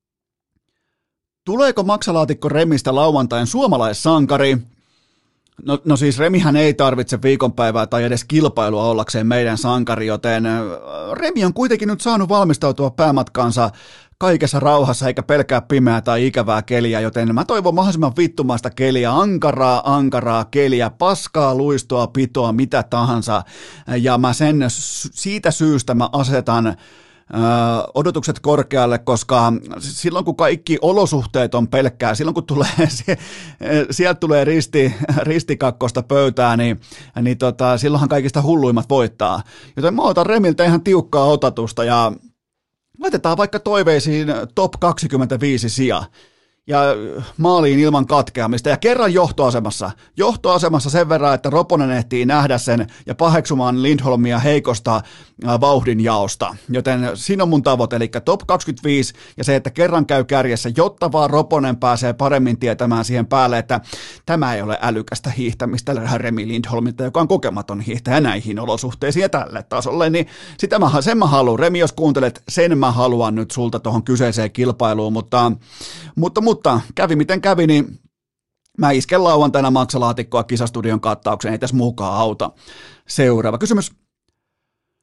Tuleeko maksalaatikko Remistä lauantain suomalaissankari? No, no siis Remihän ei tarvitse viikonpäivää tai edes kilpailua ollakseen meidän sankari, joten Remi on kuitenkin nyt saanut valmistautua päämatkaansa kaikessa rauhassa eikä pelkää pimeää tai ikävää keliä, joten mä toivon mahdollisimman vittumaista keliä, ankaraa, ankaraa keliä, paskaa, luistoa, pitoa, mitä tahansa, ja mä sen siitä syystä mä asetan ö, odotukset korkealle, koska silloin kun kaikki olosuhteet on pelkkää, silloin kun tulee, sieltä tulee risti, ristikakkosta pöytään, niin, niin tota, silloinhan kaikista hulluimmat voittaa, joten mä otan Remiltä ihan tiukkaa otatusta, ja laitetaan vaikka toiveisiin top kaksikymmentäviisi sija ja maaliin ilman katkeamista ja kerran johtoasemassa. Johtoasemassa sen verran, että Roponen ehtii nähdä sen ja paheksumaan Lindholmia heikosta vauhdin jaosta. Joten siinä on mun tavoite, eli top kaksikymmentäviisi ja se, että kerran käy kärjessä, jotta vaan Roponen pääsee paremmin tietämään siihen päälle, että tämä ei ole älykästä hiihtämistä Remi Lindholmilta, joka on kokematon hiihtäjä näihin olosuhteisiin ja tälle tasolle. Niin sitä mä, sen mä haluan. Remi, jos kuuntelet, sen mä haluan nyt sulta tuohon kyseiseen kilpailuun, mutta, mutta Mutta kävi miten kävi, niin mä isken lauantaina maksalaatikkoa kisastudion kattaukseen, ei tässä muukaan auta. Seuraava kysymys.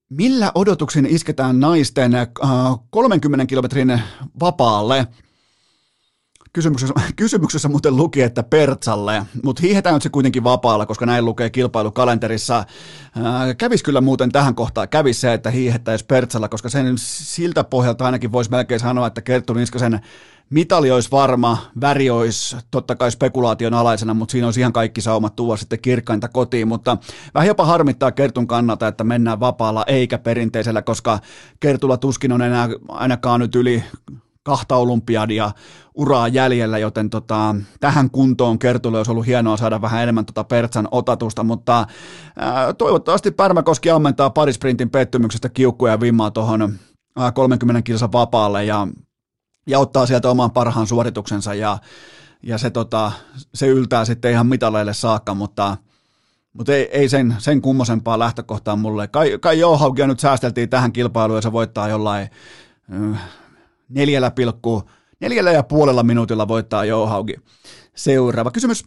Millä odotuksin isketään naisten äh, kolmenkymmenen kilometrin vapaalle? Kysymyksessä, kysymyksessä muuten luki, että Pertsalle, mutta hiihetään nyt se kuitenkin vapaalla, koska näin lukee kilpailukalenterissa. Ää, kävis kyllä muuten tähän kohtaan, kävis se, että hiihettäisiin Pertsalla, koska sen siltä pohjalta ainakin voisi melkein sanoa, että Kerttu Niskasen mitali olisi varma, väri olisi totta kai spekulaation alaisena, mutta siinä olisi ihan kaikki saumat tuoda sitten kirkkainta kotiin, mutta vähän jopa harmittaa Kertun kannalta, että mennään vapaalla eikä perinteisellä, koska Kertulla tuskin on enää ainakaan nyt yli kahta olympiadia uraa jäljellä, joten tota, tähän kuntoon Kertulle olisi ollut hienoa saada vähän enemmän tota Pertsan otatusta, mutta ää, toivottavasti Pärmäkoski ammentaa parisprintin pettymyksestä kiukkuja ja vimmaa tuohon kolmenkymmenen kilsan vapaalle ja, ja ottaa sieltä oman parhaan suorituksensa ja, ja se, tota, se yltää sitten ihan mitaleille saakka, mutta Mutta ei, ei sen, sen kummosempaa lähtökohtaa mulle. Kai, Kai Jouhaukia nyt säästeltiin tähän kilpailuun ja se voittaa jollain äh, neljällä pilkku, neljällä ja puolella minuutilla voittaa Jouhauki. Seuraava kysymys.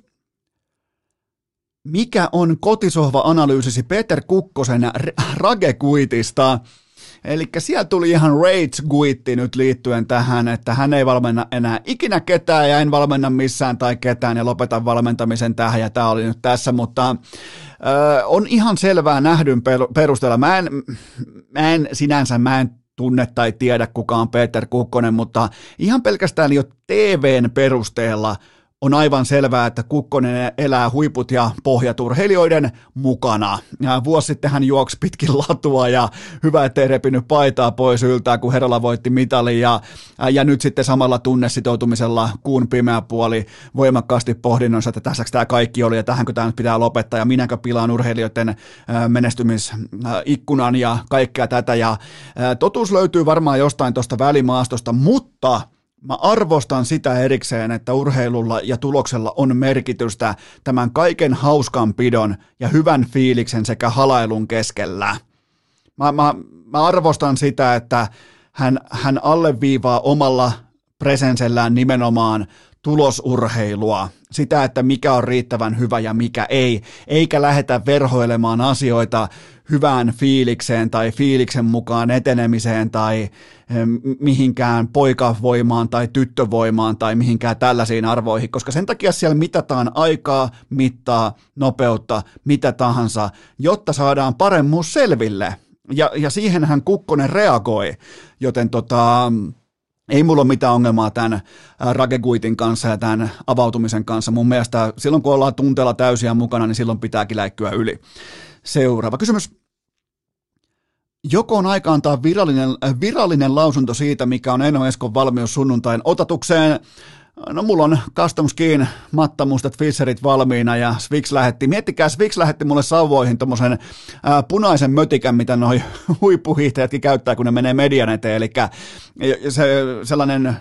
Mikä on kotisohva-analyysisi Peter Kukkosen Rage-kuitista? Eli siellä tuli ihan rage-kuitti nyt liittyen tähän, että hän ei valmenna enää ikinä ketään ja en valmenna missään tai ketään ja lopetan valmentamisen tähän ja tämä oli nyt tässä, mutta ö, on ihan selvää nähdyn perusteella. Mä en, mä en sinänsä, mä en tunne tai tiedä kuka on Peter Kukkonen, mutta ihan pelkästään jo T V:n perusteella on aivan selvää, että Kukkonen elää huiput ja pohjat urheilijoiden mukana. Ja vuosi sitten hän juoksi pitkin latua ja hyvä, ettei repinyt paitaa pois yltää, kun Herola voitti mitalin. Ja, ja nyt sitten samalla tunnesitoutumisella kuun pimeä puoli voimakkaasti pohdinnoissa, että tässäkö tämä kaikki oli ja tähänkö tämä nyt pitää lopettaa ja minäkö pilaan urheilijoiden menestymisikkunan ja kaikkea tätä. Ja totuus löytyy varmaan jostain tuosta välimaastosta, mutta mä arvostan sitä erikseen, että urheilulla ja tuloksella on merkitystä tämän kaiken hauskanpidon ja hyvän fiiliksen sekä halailun keskellä. Mä, mä, mä arvostan sitä, että hän, hän alleviivaa omalla presensellään nimenomaan tulosurheilua, sitä, että mikä on riittävän hyvä ja mikä ei, eikä lähdetä verhoilemaan asioita hyvään fiilikseen tai fiiliksen mukaan etenemiseen tai mihinkään poikavoimaan tai tyttövoimaan tai mihinkään tällaisiin arvoihin, koska sen takia siellä mitataan aikaa, mittaa, nopeutta, mitä tahansa, jotta saadaan paremmuus selville. Ja, ja siihenhän Kukkonen reagoi, joten tota... ei mulla ole mitään ongelmaa tämän Rage-kuitin kanssa ja tämän avautumisen kanssa. Mun mielestä silloin, kun ollaan tunteella täysiä mukana, niin silloin pitääkin läikkyä yli. Seuraava kysymys. Joko on aika antaa virallinen, virallinen lausunto siitä, mikä on Eno Eskon valmius sunnuntain otatukseen? No mulla on custom skin, mattamustat, fisserit valmiina ja Swix lähetti, miettikää Swix lähetti mulle sauvoihin tommosen ää, punaisen mötikän, mitä noi huippuhiihtäjätkin käyttää, kun ne menee median eteen, eli se, sellainen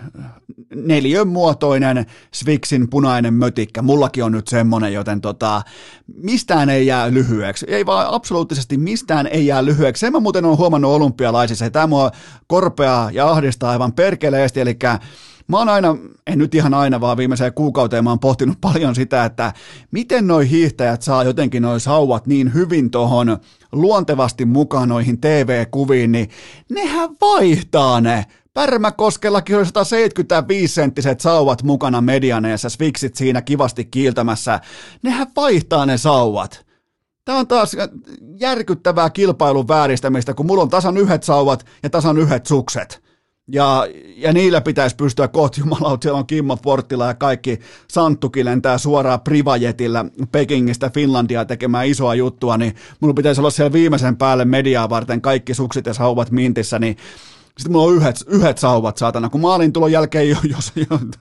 neliön muotoinen Swixin punainen mötikkä, mullakin on nyt semmonen, joten tota, mistään ei jää lyhyeksi, ei vaan absoluuttisesti mistään ei jää lyhyeksi, sen mä muuten on huomannut olympialaisissa, ja tää mua korpeaa ja ahdistaa aivan perkeleesti, eli mä oon aina, en nyt ihan aina, vaan viimeiseen kuukauteen mä oon pohtinut paljon sitä, että miten noi hiihtäjät saa jotenkin noi sauvat niin hyvin tohon luontevasti mukaan noihin T V-kuviin, niin nehän vaihtaa ne. Pärmäkoskellakin oli sata seitsemänkymmentäviisi senttiset sauvat mukana medianeessa, Swixit siinä kivasti kiiltämässä. Nehän vaihtaa ne sauvat. Tämä on taas järkyttävää kilpailun vääristämistä, kun mulla on tasan yhdet sauvat ja tasan yhdet sukset. Ja, ja niillä pitäisi pystyä kohti jumalauta, siellä on Kimmo Forttila ja kaikki Santtukin lentää suoraan privajetillä Pekingistä Finlandia tekemään isoa juttua, niin mulla pitäisi olla siellä viimeisen päälle mediaa varten kaikki sukset ja sauvat mintissä, niin sitten mulla on yhdet, yhdet sauvat, saatana. Kun maalintulon jälkeen, jos, jos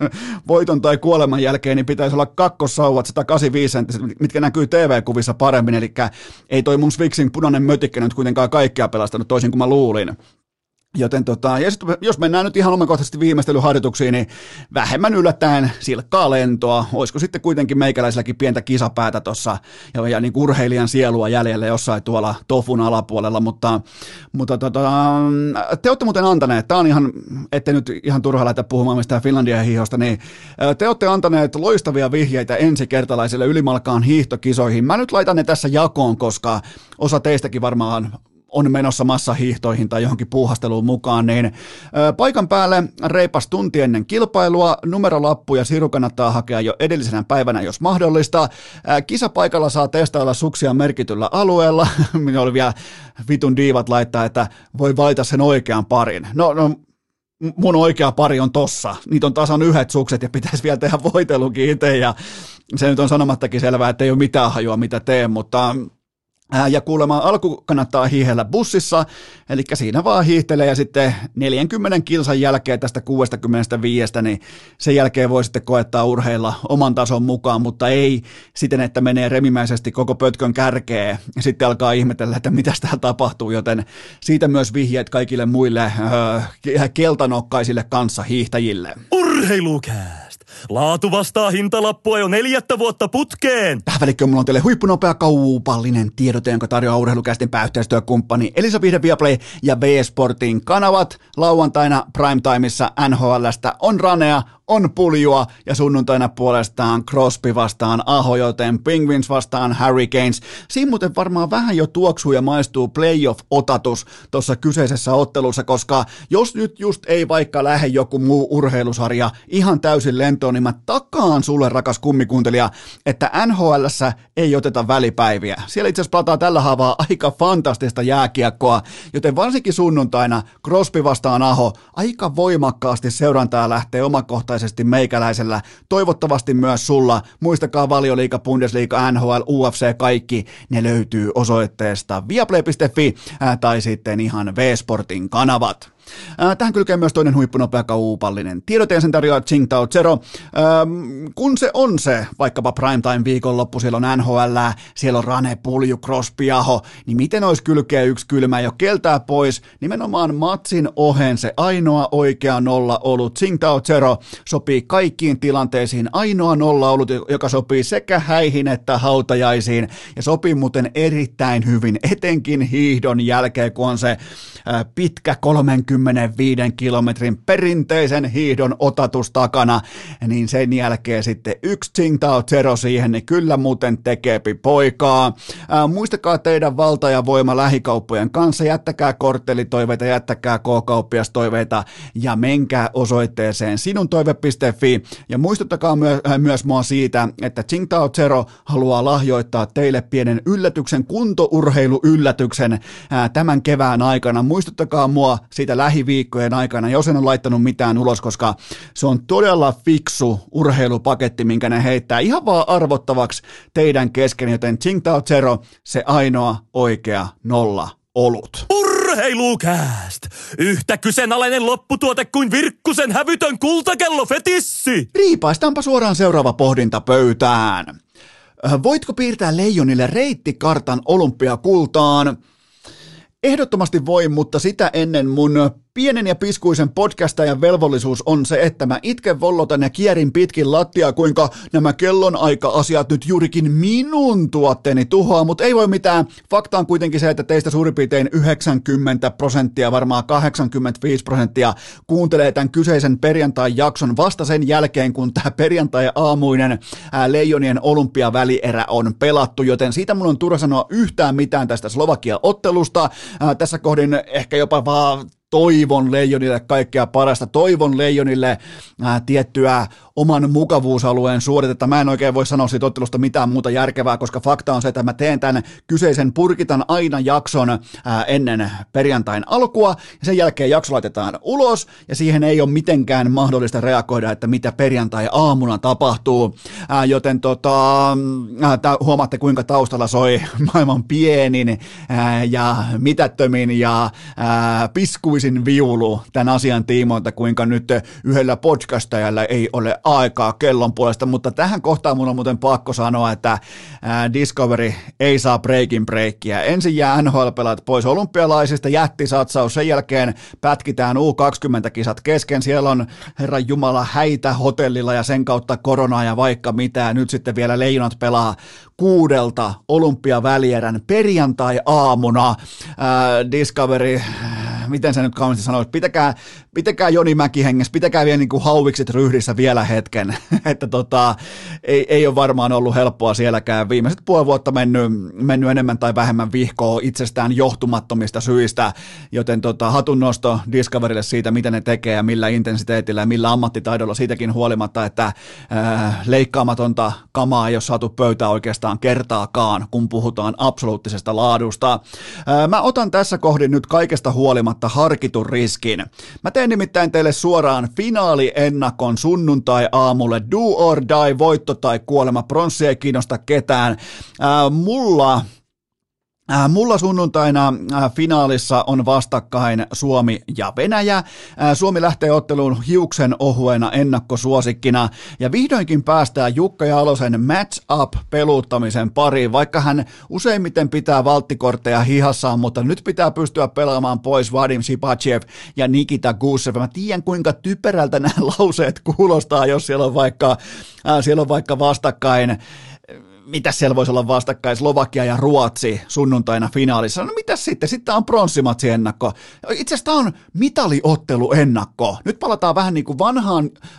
voiton tai kuoleman jälkeen, niin pitäisi olla kakkossauvat sata kahdeksankymmentäviisi senttiset, mitkä näkyy T V-kuvissa paremmin, eli ei toi mun Swixin punainen mötikkä nyt kuitenkaan kaikkea pelastanut toisin kuin mä luulin. Joten tota, ja sit, jos mennään nyt ihan omakohtaisesti viimeistelyharjoituksiin, niin vähemmän yllättäen silkkaa lentoa. Olisiko sitten kuitenkin meikäläisilläkin pientä kisapäätä tuossa ja, ja niin urheilijan sielua jäljellä jossain tuolla tofun alapuolella, mutta, mutta tota, te olette muuten antaneet, tämä on ihan, ette nyt ihan turha lähteä puhumaan mistään Finlandia hiihosta, niin te olette antaneet loistavia vihjeitä ensikertalaisille ylimalkaan hiihtokisoihin. Mä nyt laitan ne tässä jakoon, koska osa teistäkin varmaan on menossa massahiihtoihin tai johonkin puuhasteluun mukaan, niin paikan päälle reipas tunti ennen kilpailua, numerolappu ja siru kannattaa hakea jo edellisenä päivänä, jos mahdollista. Kisapaikalla saa testailla suksia merkityllä alueella, minä oli vielä vitun diivat laittaa, että voi valita sen oikean parin. No, no mun oikea pari on tossa, niitä on tasan yhdet sukset ja pitäisi vielä tehdä voitelukin itse ja se nyt on sanomattakin selvää, että ei ole mitään hajua mitä teen, mutta ja kuulemma alku kannattaa hiihellä bussissa, eli siinä vaan hiihtelee ja sitten neljänkymmenen kilsan jälkeen tästä kuusikymmentäviisi, niin sen jälkeen voi sitten koettaa urheilla oman tason mukaan, mutta ei siten, että menee remimäisesti koko pötkön kärkeen ja sitten alkaa ihmetellä, että mitä täällä tapahtuu, joten siitä myös vihjeet kaikille muille öö, keltanokkaisille kanssahiihtäjille. Urheilukääst! Laatu vastaa hintalappua jo neljättä vuotta putkeen. Tähän välikköön mulla on teille huippunopea kaupallinen tiedote, jonka tarjoaa Urheilukästin pääyhteistyökumppani Elisa Vihde Viaplay ja V-Sportin kanavat. Lauantaina primetimeissa N H L:stä on ranea, on puljua ja sunnuntaina puolestaan Crosby vastaan Aho, joten Penguins vastaan Hurricanes. Siinä muuten varmaan vähän jo tuoksuu ja maistuu playoff-otatus tuossa kyseisessä ottelussa, koska jos nyt just ei vaikka lähde joku muu urheilusarja ihan täysin lentoon, niin mä takaan sulle, rakas kummikuuntelija, että N H L:ssä ei oteta välipäiviä. Siellä itse asiassa pelataan tällä haavaa aika fantastista jääkiekkoa, joten varsinkin sunnuntaina Crosby vastaan Aho aika voimakkaasti seurantaa lähtee omakohtaisesti meikäläisellä, toivottavasti myös sulla. Muistakaa Valioliiga, Bundesliga, N H L, U F C, kaikki ne löytyy osoitteesta viaplay piste fi äh, tai sitten ihan V-Sportin kanavat. Tähän kylkee myös toinen huippunopea kaupallinen tiedote ja sen tarjoaa Tsingtao Zero. Ähm, kun se on se, vaikkapa primetime viikonloppu, siellä on N H L, siellä on Rane, Pulju, Crosby, Aho, niin miten olisi kylkeä yksi kylmä jo keltää pois? Nimenomaan matsin ohen se ainoa oikea nolla ollut. Tsingtao Zero sopii kaikkiin tilanteisiin, ainoa nolla ollut, joka sopii sekä häihin että hautajaisiin ja sopii muuten erittäin hyvin, etenkin hiihdon jälkeen, kun on se äh, pitkä kolmekymmentäviisi kilometrin perinteisen hiihdon otatus takana, niin sen jälkeen sitten yksi Tsingtao Zero siihen, niin kyllä muuten tekeepi poikaa. Ää, muistakaa teidän valta ja voima lähikauppojen kanssa, jättäkää korttelitoiveita, jättäkää K-kauppiastoiveita ja menkää osoitteeseen sinuntoive piste fi ja muistuttakaa myö- äh, myös mua siitä, että Tsingtao Zero haluaa lahjoittaa teille pienen yllätyksen, kuntourheiluyllätyksen ää, tämän kevään aikana. Muistuttakaa mua siitä lähiviikkojen aikana, jos en ole laittanut mitään ulos, koska se on todella fiksu urheilupaketti, minkä ne heittää ihan vaan arvottavaksi teidän kesken, joten Tsingtao Zero, se ainoa oikea nolla olut. Urheilukääst! Yhtä kyseenalainen lopputuote kuin Virkkusen hävytön kultakello fetissi! Riipaistaanpa suoraan seuraava pohdinta pöytään. Voitko piirtää leijonille reittikartan olympiakultaan? Ehdottomasti voi, mutta sitä ennen mun pienen ja piskuisen podcastajan velvollisuus on se, että mä itken vollotan ja kierin pitkin lattiaa, kuinka nämä kellonaika-asiat nyt juurikin minun tuotteeni tuhoaa, mutta ei voi mitään. Fakta on kuitenkin se, että teistä suurin piirtein yhdeksänkymmentä prosenttia, varmaan kahdeksankymmentäviisi prosenttia kuuntelee tämän kyseisen perjantai-jakson vasta sen jälkeen, kun tämä perjantai-aamuinen ää, Leijonien olympiavälierä on pelattu, joten siitä mun on turha sanoa yhtään mitään tästä Slovakia-ottelusta. Ää, tässä kohdin ehkä jopa vaan toivon Leijonille kaikkea parasta, toivon Leijonille ää, tiettyä oman mukavuusalueen suoritetta. Mä en oikein voi sanoa siitä ottelusta mitään muuta järkevää, koska fakta on se, että mä teen tämän kyseisen purkitan aina jakson ää, ennen perjantain alkua, ja sen jälkeen jakso laitetaan ulos, ja siihen ei ole mitenkään mahdollista reagoida, että mitä perjantai-aamuna tapahtuu, ää, joten tota, ää, tää, huomaatte kuinka taustalla soi maailman pienin ää, ja mitättömin ja ää, piskuisin viulu tämän asian tiimoilta, kuinka nyt yhdellä podcastajalla ei ole aikaa kellon puolesta, mutta tähän kohtaan mun on muuten pakko sanoa, että ää, Discovery ei saa breakin breakkiä. Ensin jää N H L-pelaat pois olympialaisista, jättisatsaus, sen jälkeen pätkitään U kaksikymmentä-kisat kesken, siellä on Herran Jumala häitä hotellilla ja sen kautta koronaa ja vaikka mitä, nyt sitten vielä Leijonat pelaa kuudelta olympiavälierän perjantai-aamuna. Ää, Discovery miten se nyt kauniisti sanoisi, pitäkää, pitäkää Joni Mäki hengessä, pitäkää vielä niin kuin hauvikset ryhdissä vielä hetken, että tota, ei, ei ole varmaan ollut helppoa sielläkään. Viimeiset puoli vuotta mennyt, mennyt enemmän tai vähemmän vihkoa itsestään johtumattomista syistä, joten tota, hatunnosto Discoverylle siitä, mitä ne tekee ja millä intensiteetillä ja millä ammattitaidolla siitäkin huolimatta, että äh, leikkaamatonta kamaa ei ole saatu pöytään oikeastaan kertaakaan, kun puhutaan absoluuttisesta laadusta. Äh, mä otan tässä kohdin nyt kaikesta huolimatta harkitun riskin. Mä teen nimittäin teille suoraan finaaliennakon sunnuntai-aamulle. Do or die, voitto tai kuolema, pronssi ei kiinnosta ketään. Äh, mulla... Äh, mulla sunnuntaina äh, finaalissa on vastakkain Suomi ja Venäjä. Äh, Suomi lähtee otteluun hiuksen ohuena ennakkosuosikkina ja vihdoinkin päästään Jukka Jalosen match-up-peluuttamisen pariin, vaikka hän useimmiten pitää valttikortteja hihassaan, mutta nyt pitää pystyä pelaamaan pois Vadim Sipachev ja Nikita Gusev. Mä tiedän, kuinka typerältä nämä lauseet kuulostaa, jos siellä on vaikka, äh, siellä on vaikka vastakkain mitä siellä voisi olla vastakkain, Slovakia ja Ruotsi sunnuntaina finaalissa. No mitäs sitten? Sitten on pronssimatsi ennakko. Itse asiassa tämä on mitaliottelu ennakko. Nyt palataan vähän niin kuin vanhaan äh,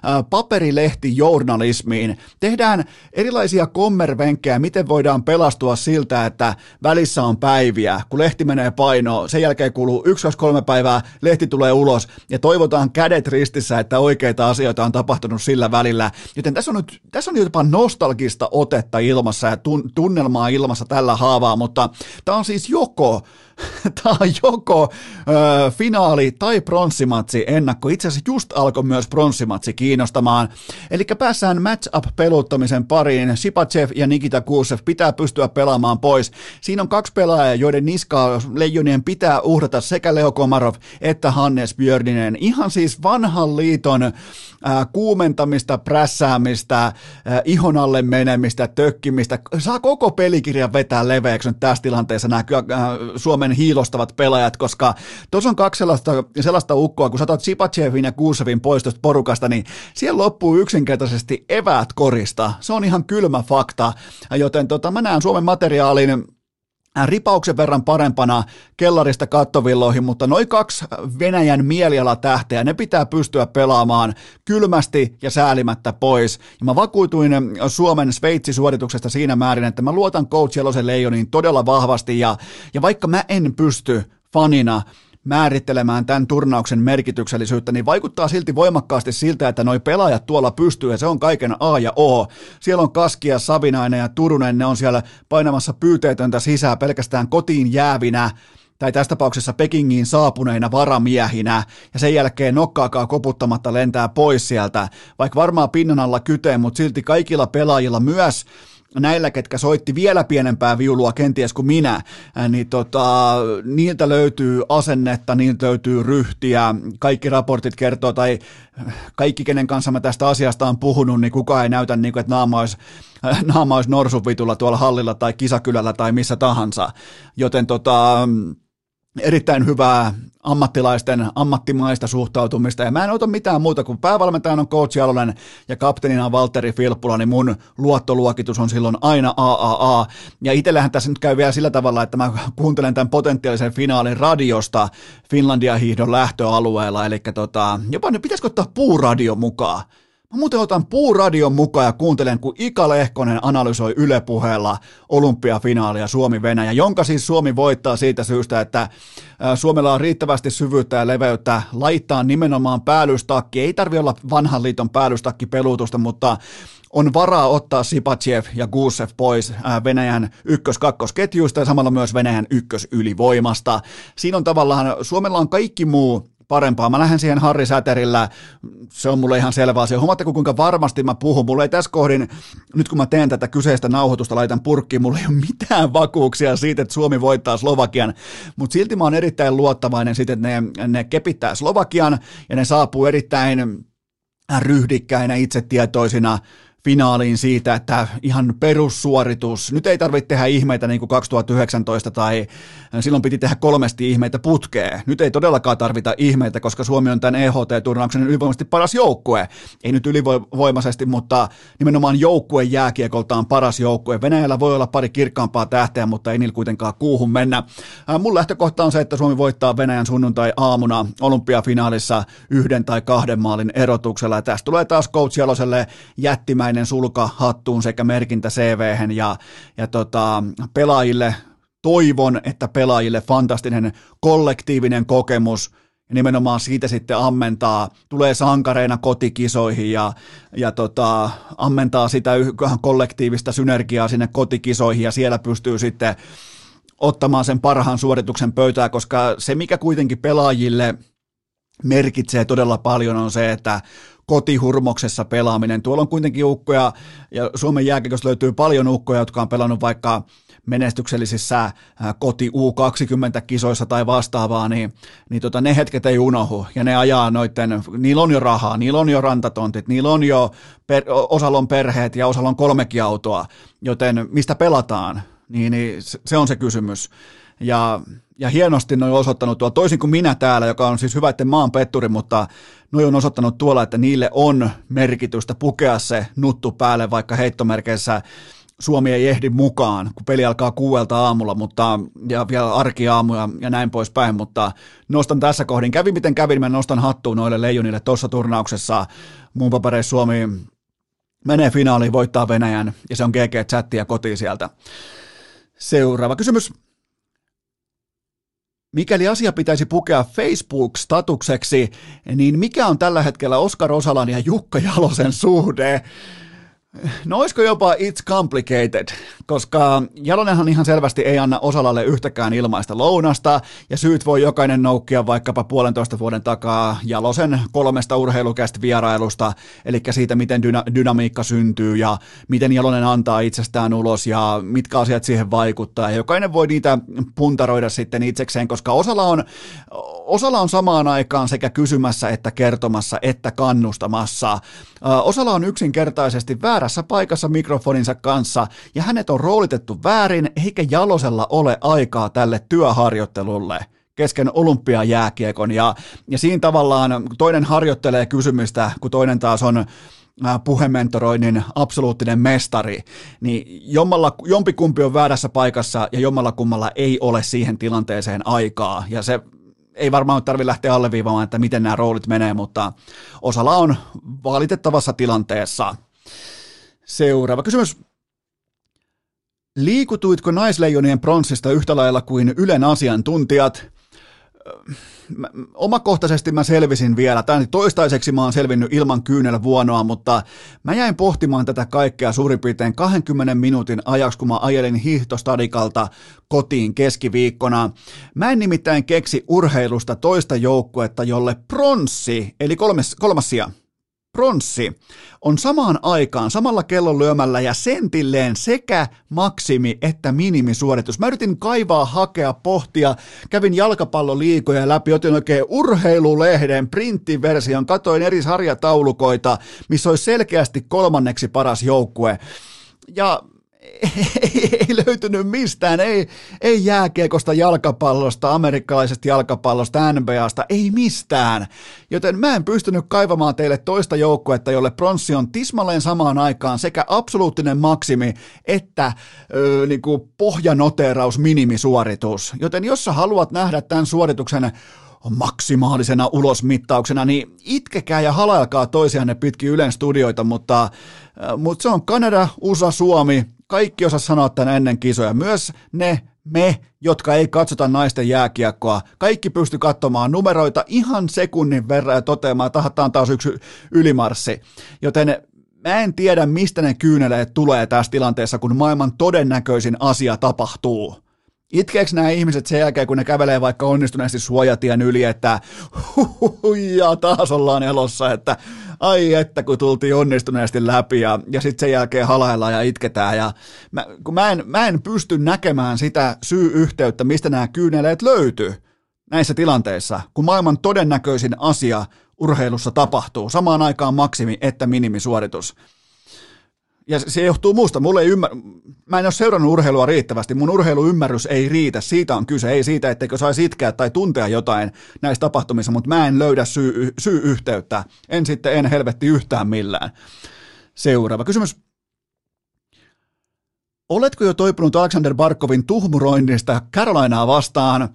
paperilehtijournalismiin. Tehdään erilaisia kommervenkkejä, miten voidaan pelastua siltä, että välissä on päiviä, kun lehti menee painoon. Sen jälkeen kuluu yksi, kaksi, kolme päivää, lehti tulee ulos ja toivotaan kädet ristissä, että oikeita asioita on tapahtunut sillä välillä. Joten tässä on nyt tässä on jopa nostalgista otetta ilmassa ja tunnelmaa ilmassa tällä haavaa, mutta tämä on siis joko, tämä on joko ö, finaali tai pronssimatsi ennakko. Itse asiassa just alkoi myös pronssimatsi kiinnostamaan. Eli päässään match-up-peluttamisen pariin. Sipachev ja Nikita Gusev pitää pystyä pelaamaan pois. Siinä on kaksi pelaajaa, joiden niskaa leijonien pitää uhrata sekä Leo Komarov että Hannes Björninen. Ihan siis vanhan liiton äh, kuumentamista, prässäämistä, äh, ihon alle menemistä, tökkimistä. Saa koko pelikirjan vetää leveäksi nyt tässä tilanteessa nämä äh, Suomen hiilostavat pelaajat, koska tuossa on kaksi sellaista, sellaista ukkoa, kun sä otat Sipachevin ja Gusevin pois tuosta porukasta, niin siellä loppuu yksinkertaisesti eväät korista. Se on ihan kylmä fakta, joten tota, mä näen Suomen materiaalin ripauksen verran parempana kellarista kattovilloihin, mutta noin kaksi Venäjän mielialatähteä, ne pitää pystyä pelaamaan kylmästi ja säälimättä pois. Ja mä vakuutuin Suomen Sveitsi-suorituksesta siinä määrin, että mä luotan coach Jalosen Leijoniin todella vahvasti, ja, ja vaikka mä en pysty fanina määrittelemään tämän turnauksen merkityksellisyyttä, niin vaikuttaa silti voimakkaasti siltä, että noi pelaajat tuolla pystyy, ja se on kaiken A ja O. Siellä on Kaskia, Savinainen ja Turunen, ne on siellä painamassa pyyteetöntä sisään pelkästään kotiin jäävinä, tai tässä tapauksessa Pekingiin saapuneina varamiehinä, ja sen jälkeen nokkaakaan koputtamatta lentää pois sieltä, vaikka varmaan pinnan alla kyteen, mutta silti kaikilla pelaajilla myös näillä, ketkä soitti vielä pienempää viulua kenties kuin minä, niin tota, niiltä löytyy asennetta, niiltä löytyy ryhtiä, kaikki raportit kertoo, tai kaikki, kenen kanssa mä tästä asiasta on puhunut, niin kukaan ei näytä, niin kuin, että naama olisi, naama olisi norsuvitulla tuolla hallilla tai kisakylällä tai missä tahansa, joten tota, erittäin hyvää ammattilaisten ammattimaista suhtautumista, ja mä en ota mitään muuta, kun päävalmentajana on coach Jalonen ja kapteenina on Valtteri Filppula, niin mun luottoluokitus on silloin aina A A A, ja itsellähän tässä nyt käy vielä sillä tavalla, että mä kuuntelen tämän potentiaalisen finaalin radiosta Finlandia-hiihdon lähtöalueella, eli tota, jopa nyt pitäisikö ottaa puuradio mukaan? Mä muuten otan puuradion mukaan ja kuuntelen, kun Ika Lehkonen analysoi Yle Puheella olympiafinaalia Suomi-Venäjä, jonka siis Suomi voittaa siitä syystä, että Suomella on riittävästi syvyyttä ja leveyttä laittaa nimenomaan päällystakki. Ei tarvitse olla vanhan liiton päällystakkipelutusta, mutta on varaa ottaa Sipachev ja Gusev pois Venäjän ykkös-kakkosketjuista ja samalla myös Venäjän ykkösylivoimasta. Siinä on tavallaan, Suomella on kaikki muu parempaa. Mä lähden siihen Harri Säterillä, se on mulle ihan selvä asia. Huomaatteko, kuinka varmasti mä puhun. Mulla ei tässä kohdin, nyt kun mä teen tätä kyseistä nauhoitusta, laitan purkkiin, mulla ei ole mitään vakuuksia siitä, että Suomi voittaa Slovakian, mutta silti mä oon erittäin luottavainen siitä, että ne, ne kepittää Slovakian ja ne saapuu erittäin ryhdikkäinä, itsetietoisina finaaliin siitä, että ihan perussuoritus, nyt ei tarvitse tehdä ihmeitä niin kuin kaksituhattayhdeksäntoista tai silloin piti tehdä kolmesti ihmeitä putkeen. Nyt ei todellakaan tarvita ihmeitä, koska Suomi on tämän E H T-turnauksen ylivoimaisesti paras joukkue. Ei nyt ylivoimaisesti, mutta nimenomaan joukkueen jääkiekoltaan paras joukkue. Venäjällä voi olla pari kirkkaampaa tähteä, mutta ei niillä kuitenkaan kuuhun mennä. Mun lähtökohta on se, että Suomi voittaa Venäjän sunnuntai-aamuna olympiafinaalissa yhden tai kahden maalin erotuksella. Ja tästä tulee taas Coach Jaloselle jättimäinen sulka hattuun sekä merkintä C V:hen ja, ja tota, pelaajille toivon, että pelaajille fantastinen kollektiivinen kokemus ja nimenomaan siitä sitten ammentaa, tulee sankareina kotikisoihin ja, ja tota, ammentaa sitä kollektiivista synergiaa sinne kotikisoihin ja siellä pystyy sitten ottamaan sen parhaan suorituksen pöytään, koska se mikä kuitenkin pelaajille merkitsee todella paljon on se, että kotihurmoksessa pelaaminen. Tuolla on kuitenkin ukkoja, ja Suomen jääkiekosta löytyy paljon ukkoja, jotka on pelannut vaikka menestyksellisissä koti U kaksikymmentä-kisoissa tai vastaavaa, niin, niin tota, ne hetket ei unohu, ja ne ajaa noitten, niillä on jo rahaa, niillä on jo rantatontit, niillä on jo, per, osalla on perheet ja osalla on kolmekin autoa, joten mistä pelataan, niin, niin se on se kysymys. Ja, ja hienosti ne on osoittanut tuolla, toisin kuin minä täällä, joka on siis hyvä, että maan petturi, mutta ne on osoittanut tuolla, että niille on merkitystä pukea se nuttu päälle, vaikka heittomerkeissä Suomi ei ehdi mukaan, kun peli alkaa kuuelta aamulla, mutta, ja vielä arkiaamu ja, ja näin poispäin, mutta nostan tässä kohdin, kävi miten kävin, mä nostan hattuun noille leijonille tuossa turnauksessa, mun papereissa Suomi menee finaaliin, voittaa Venäjän, ja se on G G-chattia kotiin sieltä. Seuraava kysymys. Mikäli asia pitäisi pukea Facebook-statukseksi, niin mikä on tällä hetkellä Oskar Osalan ja Jukka Jalosen suhde? No olisiko jopa it's complicated, koska Jalonenhan ihan selvästi ei anna Osalalle yhtäkään ilmaista lounasta, ja syyt voi jokainen noukkia vaikkapa puolentoista vuoden takaa Jalosen kolmesta urheilukästä vierailusta, eli siitä, miten dyna- dynamiikka syntyy, ja miten Jalonen antaa itsestään ulos, ja mitkä asiat siihen vaikuttaa, ja jokainen voi niitä puntaroida sitten itsekseen, koska Osala on, Osala on samaan aikaan sekä kysymässä, että kertomassa, että kannustamassa. Osala on yksinkertaisesti väärässä paikassa mikrofoninsa kanssa, ja hänet on roolitettu väärin, eikä Jalosella ole aikaa tälle työharjoittelulle kesken olympiajääkiekon, ja, ja siinä tavallaan toinen harjoittelee kysymystä, kun toinen taas on puhementoroinnin absoluuttinen mestari, niin jommalla, jompikumpi on väärässä paikassa, ja jommalla kummalla ei ole siihen tilanteeseen aikaa, ja se ei varmaan tarvitse lähteä alleviivaamaan, että miten nämä roolit menee, mutta Osala on valitettavassa tilanteessa. Seuraava kysymys. Liikutuitko naisleijonien pronssista yhtä lailla kuin Ylen asiantuntijat? Mä, omakohtaisesti mä selvisin vielä, tai toistaiseksi mä oon selvinnyt ilman kyynelvuonoa, mutta mä jäin pohtimaan tätä kaikkea suurin piirtein kahdenkymmenen minuutin ajaksi, kun mä ajelin hiihtostadikalta kotiin keskiviikkona. Mä en nimittäin keksi urheilusta toista joukkuetta, jolle pronssi, eli kolmas, kolmas sija, pronssi on samaan aikaan, samalla kellon lyömällä ja sentilleen sekä maksimi- että minimisuoritus. Mä yritin kaivaa, hakea, pohtia, kävin jalkapalloliigoja läpi, otin oikein urheilulehden printtiversion, katoin eri sarjataulukoita, missä olisi selkeästi kolmanneksi paras joukkue. Ja ei, ei löytynyt mistään, ei, ei jääkiekosta, jalkapallosta, amerikkalaisesta jalkapallosta, N B A:sta, ei mistään. Joten mä en pystynyt kaivamaan teille toista joukkuetta, jolle pronssi on tismalleen samaan aikaan sekä absoluuttinen maksimi että ö, niin kuin pohjanoteeraus, minimisuoritus. Joten jos sä haluat nähdä tämän suorituksen maksimaalisena ulosmittauksena, niin itkekää ja halailkaa toisianne pitkin Ylen studioita, mutta, mutta se on Kanada, U S A, Suomi. Kaikki osaa sanoa tämän ennen kisoja. Myös ne, me, jotka ei katsota naisten jääkiekkoa. Kaikki pysty katsomaan numeroita ihan sekunnin verran ja toteamaan, että tahataan taas yksi ylimarssi. Joten mä en tiedä, mistä ne kyyneleet tulee tässä tilanteessa, kun maailman todennäköisin asia tapahtuu. Itkeekö nämä ihmiset sen jälkeen, kun ne kävelee vaikka onnistuneesti suojatien yli, että huhuhuja, taas ollaan elossa, että ai että kun tultiin onnistuneesti läpi ja, ja sitten sen jälkeen halaillaan ja itketään. Ja mä, kun mä, en, mä en pysty näkemään sitä syy-yhteyttä, mistä nämä kyyneleet löytyy näissä tilanteissa, kun maailman todennäköisin asia urheilussa tapahtuu. Samaan aikaan maksimi- että minimisuoritus. ja se johtuu muusta, mulle ei ymmär... mä en ole seurannut urheilua riittävästi, mun urheiluymmärrys ei riitä, siitä on kyse, ei siitä, etteikö saisi itkeä tai tuntea jotain näissä tapahtumissa, mutta mä en löydä syy, syy-yhteyttä, en sitten en helvetti yhtään millään. Seuraava kysymys. Oletko jo toipunut Aleksander Barkovin tuhmuroinnista Carolinaa vastaan?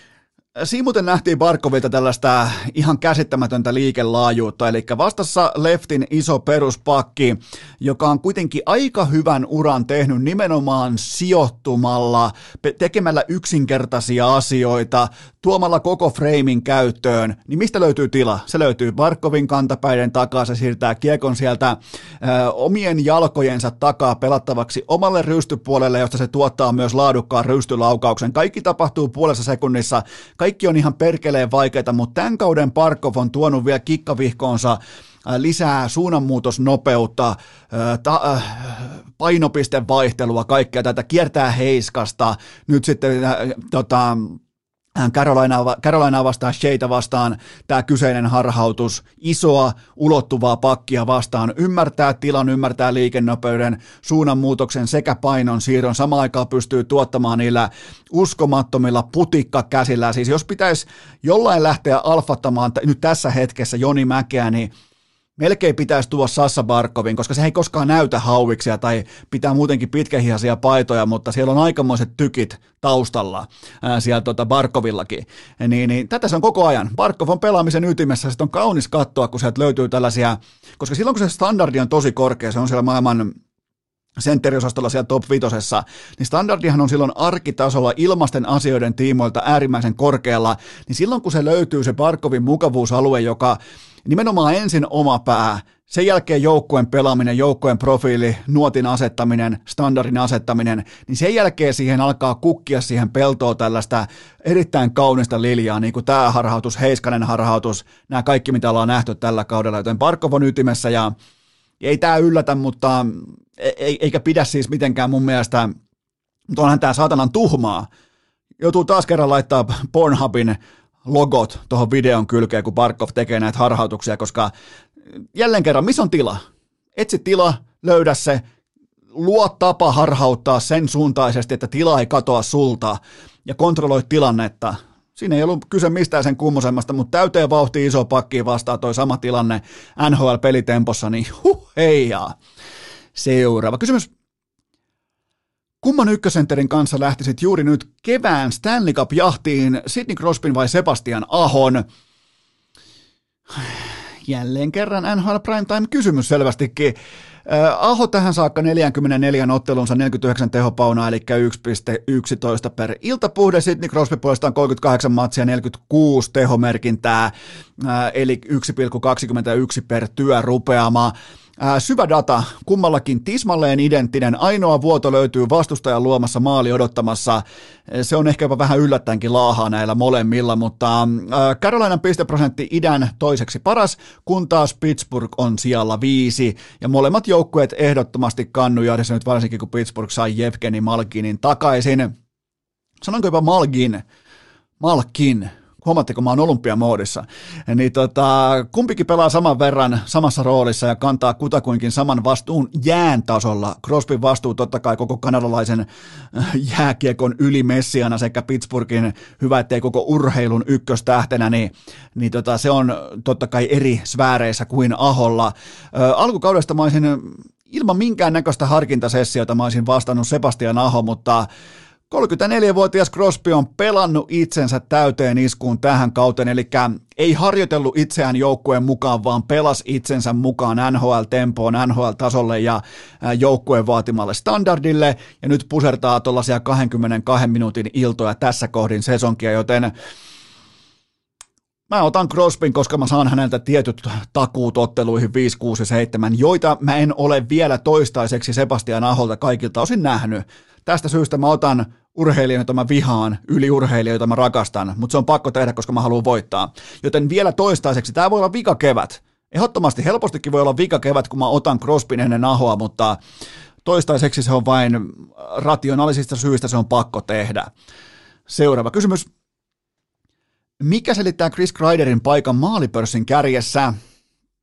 Siinä muuten nähtiin Barkovilta tällaista ihan käsittämätöntä liikelaajuutta, eli vastassa leftin iso peruspakki, joka on kuitenkin aika hyvän uran tehnyt nimenomaan sijoittumalla, tekemällä yksinkertaisia asioita, tuomalla koko freimin käyttöön, niin mistä löytyy tila? Se löytyy Barkovin kantapäiden takaa, se siirtää kiekon sieltä ö, omien jalkojensa takaa pelattavaksi omalle rystypuolelle, josta se tuottaa myös laadukkaan rystylaukauksen. Kaikki tapahtuu puolessa sekunnissa, kaikki on ihan perkeleen vaikeita, mutta tämän kauden Barkov on tuonut vielä kikkavihkoonsa lisää suunnanmuutosnopeutta, ta- painopistevaihtelua, kaikkea tätä, kiertää heiskasta, nyt sitten äh, tota, Carolinaa, Carolinaa vastaan, Sheitä vastaan, tämä kyseinen harhautus, isoa, ulottuvaa pakkia vastaan, ymmärtää tilan, ymmärtää liikennopeuden, suunnanmuutoksen sekä painon siirron, samaan aikaan pystyy tuottamaan niillä uskomattomilla putikkakäsillä, siis jos pitäisi jollain lähteä alfattamaan nyt tässä hetkessä Joni Mäkeä, niin melkein pitäisi tuoda Sassa Barkovin, koska se ei koskaan näytä hauviksia tai pitää muutenkin pitkähihaisia paitoja, mutta siellä on aikamoiset tykit taustalla ää, siellä tota Barkovillakin. Niin, niin, tätä se on koko ajan. Barkov on pelaamisen ytimessä, sitten on kaunis katsoa, kun sieltä löytyy tällaisia, koska silloin kun se standardi on tosi korkea, se on siellä maailman sentteriosastolla siellä top vitosessa, niin standardihan on silloin arkitasolla ilmasten asioiden tiimoilta äärimmäisen korkealla, niin silloin kun se löytyy se Barkovin mukavuusalue, joka nimenomaan ensin oma pää, sen jälkeen joukkueen pelaaminen, joukkueen profiili, nuotin asettaminen, standardin asettaminen, niin sen jälkeen siihen alkaa kukkia siihen peltoon tällaista erittäin kaunista liljaa, niin kuin tämä harhautus, Heiskanen harhautus, nämä kaikki mitä ollaan nähty tällä kaudella, joten Barkov on ytimessä ja ei tämä yllätä, mutta eikä pidä siis mitenkään mun mielestä, mutta onhan tämä saatanan tuhmaa. Joutuu taas kerran laittaa Pornhubin logot tuohon videon kylkeen, kun Barkov tekee näitä harhautuksia, koska jälleen kerran, missä on tila? Etsi tila, löydä se, luo tapa harhauttaa sen suuntaisesti, että tila ei katoa sulta ja kontrolloi tilannetta. Siinä ei ollut kyse mistään sen kummosemmasta, mutta täyteen vauhtiin iso pakkiin vastaan toi sama tilanne N H L-pelitempossa, niin huh heijaa. Seuraava kysymys. Kumman ykkösentterin kanssa lähtisit juuri nyt kevään Stanley Cup-jahtiin, Sidney Crosbyn vai Sebastian Ahon? Jälleen kerran N H L Primetime-kysymys selvästikin. Aho tähän saakka neljäkymmentäneljä ottelunsa neljäkymmentäyhdeksän tehopaunaa, eli yksi pilkku yksitoista per iltapuhde. Sidney Crosby puolestaan kolmekymmentäkahdeksan matsia, neljäkymmentäkuusi tehomerkintää, eli yksi pilkku kaksikymmentäyksi per työrupeama. Ää, syvä data, kummallakin tismalleen identtinen, ainoa vuoto löytyy vastustajan luomassa maali odottamassa, se on ehkä jopa vähän yllättäenkin laahaa näillä molemmilla, mutta ää, Carolinan pisteprosentti idän toiseksi paras, kun taas Pittsburgh on sijalla viisi, ja molemmat joukkueet ehdottomasti kannujahdessa nyt varsinkin, kun Pittsburgh sai Jevgeni Malkinin takaisin. Sanonko jopa Malgin? Malkin. Huomaatteko, mä oon olympiamoodissa, niin tota, kumpikin pelaa saman verran samassa roolissa ja kantaa kutakuinkin saman vastuun jään tasolla. Crosbyn vastuu totta kai koko kanadalaisen jääkiekon ylimessiana sekä Pittsburghin hyvä, ettei koko urheilun ykköstähtenä, niin, niin tota, se on totta kai eri sfääreissä kuin Aholla. Ö, alkukaudesta mä olisin ilman minkäännäköistä harkintasessiota mä olisin vastannut Sebastian Aho, mutta kolmekymmentäneljävuotias Crosby on pelannut itsensä täyteen iskuun tähän kauteen, eli ei harjoitellut itseään joukkueen mukaan, vaan pelasi itsensä mukaan N H L-tempoon, N H L-tasolle ja joukkueen vaatimalle standardille, ja nyt pusertaa tuollaisia kaksikymmentäkaksi minuutin iltoja tässä kohdin sesonkia, joten mä otan Crosbyn, koska mä saan häneltä tietyt takuut otteluihin viisi, kuusi ja seitsemän, joita mä en ole vielä toistaiseksi Sebastian Aholta kaikilta osin nähnyt. Tästä syystä mä otan urheilijan, jota mä vihaan, yli urheilijan, jota mä rakastan, mutta se on pakko tehdä, koska mä haluan voittaa. Joten vielä toistaiseksi, tämä voi olla vikakevät. Ehdottomasti helpostikin voi olla vikakevät, kun mä otan Crosbyn ennen Ahoa, mutta toistaiseksi se on vain rationaalisista syistä, se on pakko tehdä. Seuraava kysymys. Mikä selittää Chris Kreiderin paikan maalipörssin kärjessä?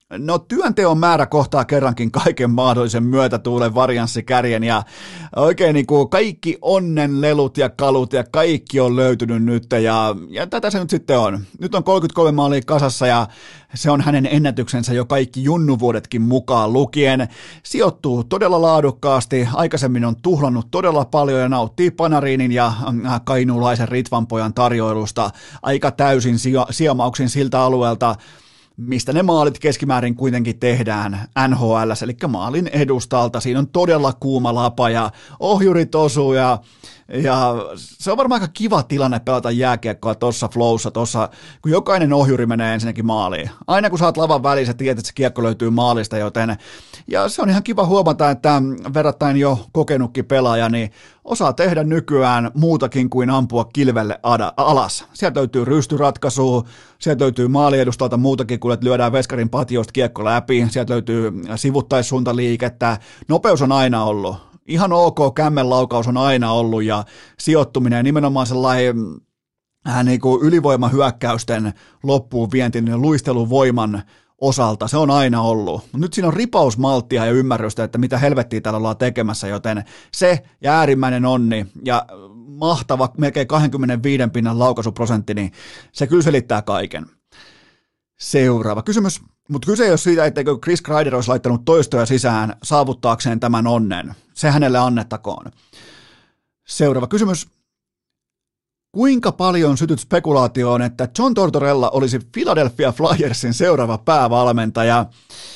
No työnteon määrä kohtaa kerrankin kaiken mahdollisen myötätuulen varianssikärjen ja oikein niin kuin kaikki onnenlelut ja kalut ja kaikki on löytynyt nyt ja, ja tätä se nyt sitten on. Nyt on kolmekymmentäkolme maalia kasassa ja se on hänen ennätyksensä jo kaikki junnuvuodetkin mukaan lukien. Sijoittuu todella laadukkaasti, aikaisemmin on tuhlannut todella paljon ja nauttii Panariinin ja kainuulaisen Ritvanpojan tarjoilusta aika täysin sijo- sijomauksin siltä alueelta, mistä ne maalit keskimäärin kuitenkin tehdään N H L:ssä, eli maalin edustalta. Siinä on todella kuuma lapa ja ohjurit osuu ja, ja se on varmaan aika kiva tilanne pelata jääkiekkoa tuossa flowssa, tossa, kun jokainen ohjuri menee ensinnäkin maaliin. Aina kun saat lavan välissä, tiedät, että se kiekko löytyy maalista, joten ja se on ihan kiva huomata, että verrattain jo kokenutkin pelaaja, niin osaa tehdä nykyään muutakin kuin ampua kilvelle alas. Sieltä löytyy rystyratkaisua, sieltä löytyy maaliedustalta muutakin kuin, että lyödään veskarin patiosta kiekko läpi, sieltä löytyy sivuttaissuuntaliikettä, nopeus on aina ollut. Ihan ok, kämmenlaukaus on aina ollut ja sijoittuminen nimenomaan sellainen vähän niin kuin ylivoimahyökkäysten loppuun vientinen luisteluvoiman osalta, se on aina ollut. Mutta nyt siinä on ripausmalttia ja ymmärrystä, että mitä helvettiä täällä ollaan tekemässä, joten se ja äärimmäinen onni ja mahtava melkein kaksikymmentäviisi pinnan laukaisuprosentti, niin se kyllä selittää kaiken. Seuraava kysymys. Mutta kyse ei ole siitä, etteikö Chris Kreider olisi laittanut toistoja sisään saavuttaakseen tämän onnen. Se hänelle annettakoon. Seuraava kysymys. Kuinka paljon sytyt spekulaatioon, että John Tortorella olisi Philadelphia Flyersin seuraava päävalmentaja?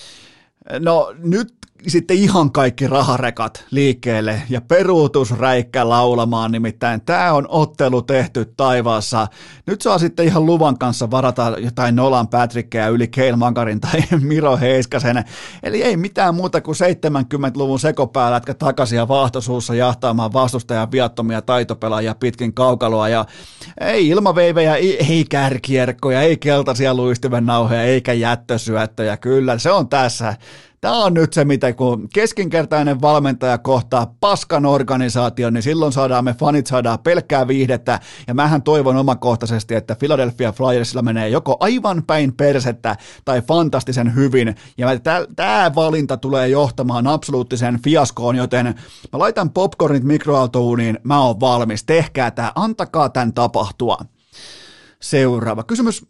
No nyt sitten ihan kaikki raharekat liikkeelle ja peruutusräikkä laulamaan, nimittäin tämä on ottelu tehty taivaassa. Nyt saa sitten ihan luvan kanssa varata jotain Nolan Patrickia yli Cale Makarin tai Miro Heiskasen, eli ei mitään muuta kuin seitsemänkymmentäluvun sekopäälätkä takaisin ja vaahtosuussa jahtaamaan vastustajan viattomia taitopelaajia pitkin kaukaloa ja ei ilmaveivejä, ei kärkierkkoja, ei keltaisia luistimen nauhoja eikä jättösyöttöjä, kyllä se on tässä. Tämä on nyt se, mitä kun keskinkertainen valmentaja kohtaa paskan organisaation, niin silloin saadaan me fanit saadaan pelkkää viihdettä, ja mähän toivon omakohtaisesti, että Philadelphia Flyersilla menee joko aivan päin persettä tai fantastisen hyvin, ja tämä valinta tulee johtamaan absoluuttiseen fiaskoon, joten mä laitan popcornit mikroaaltouuniin, mä oon valmis, tehkää tämä, antakaa tämän tapahtua. Seuraava kysymys.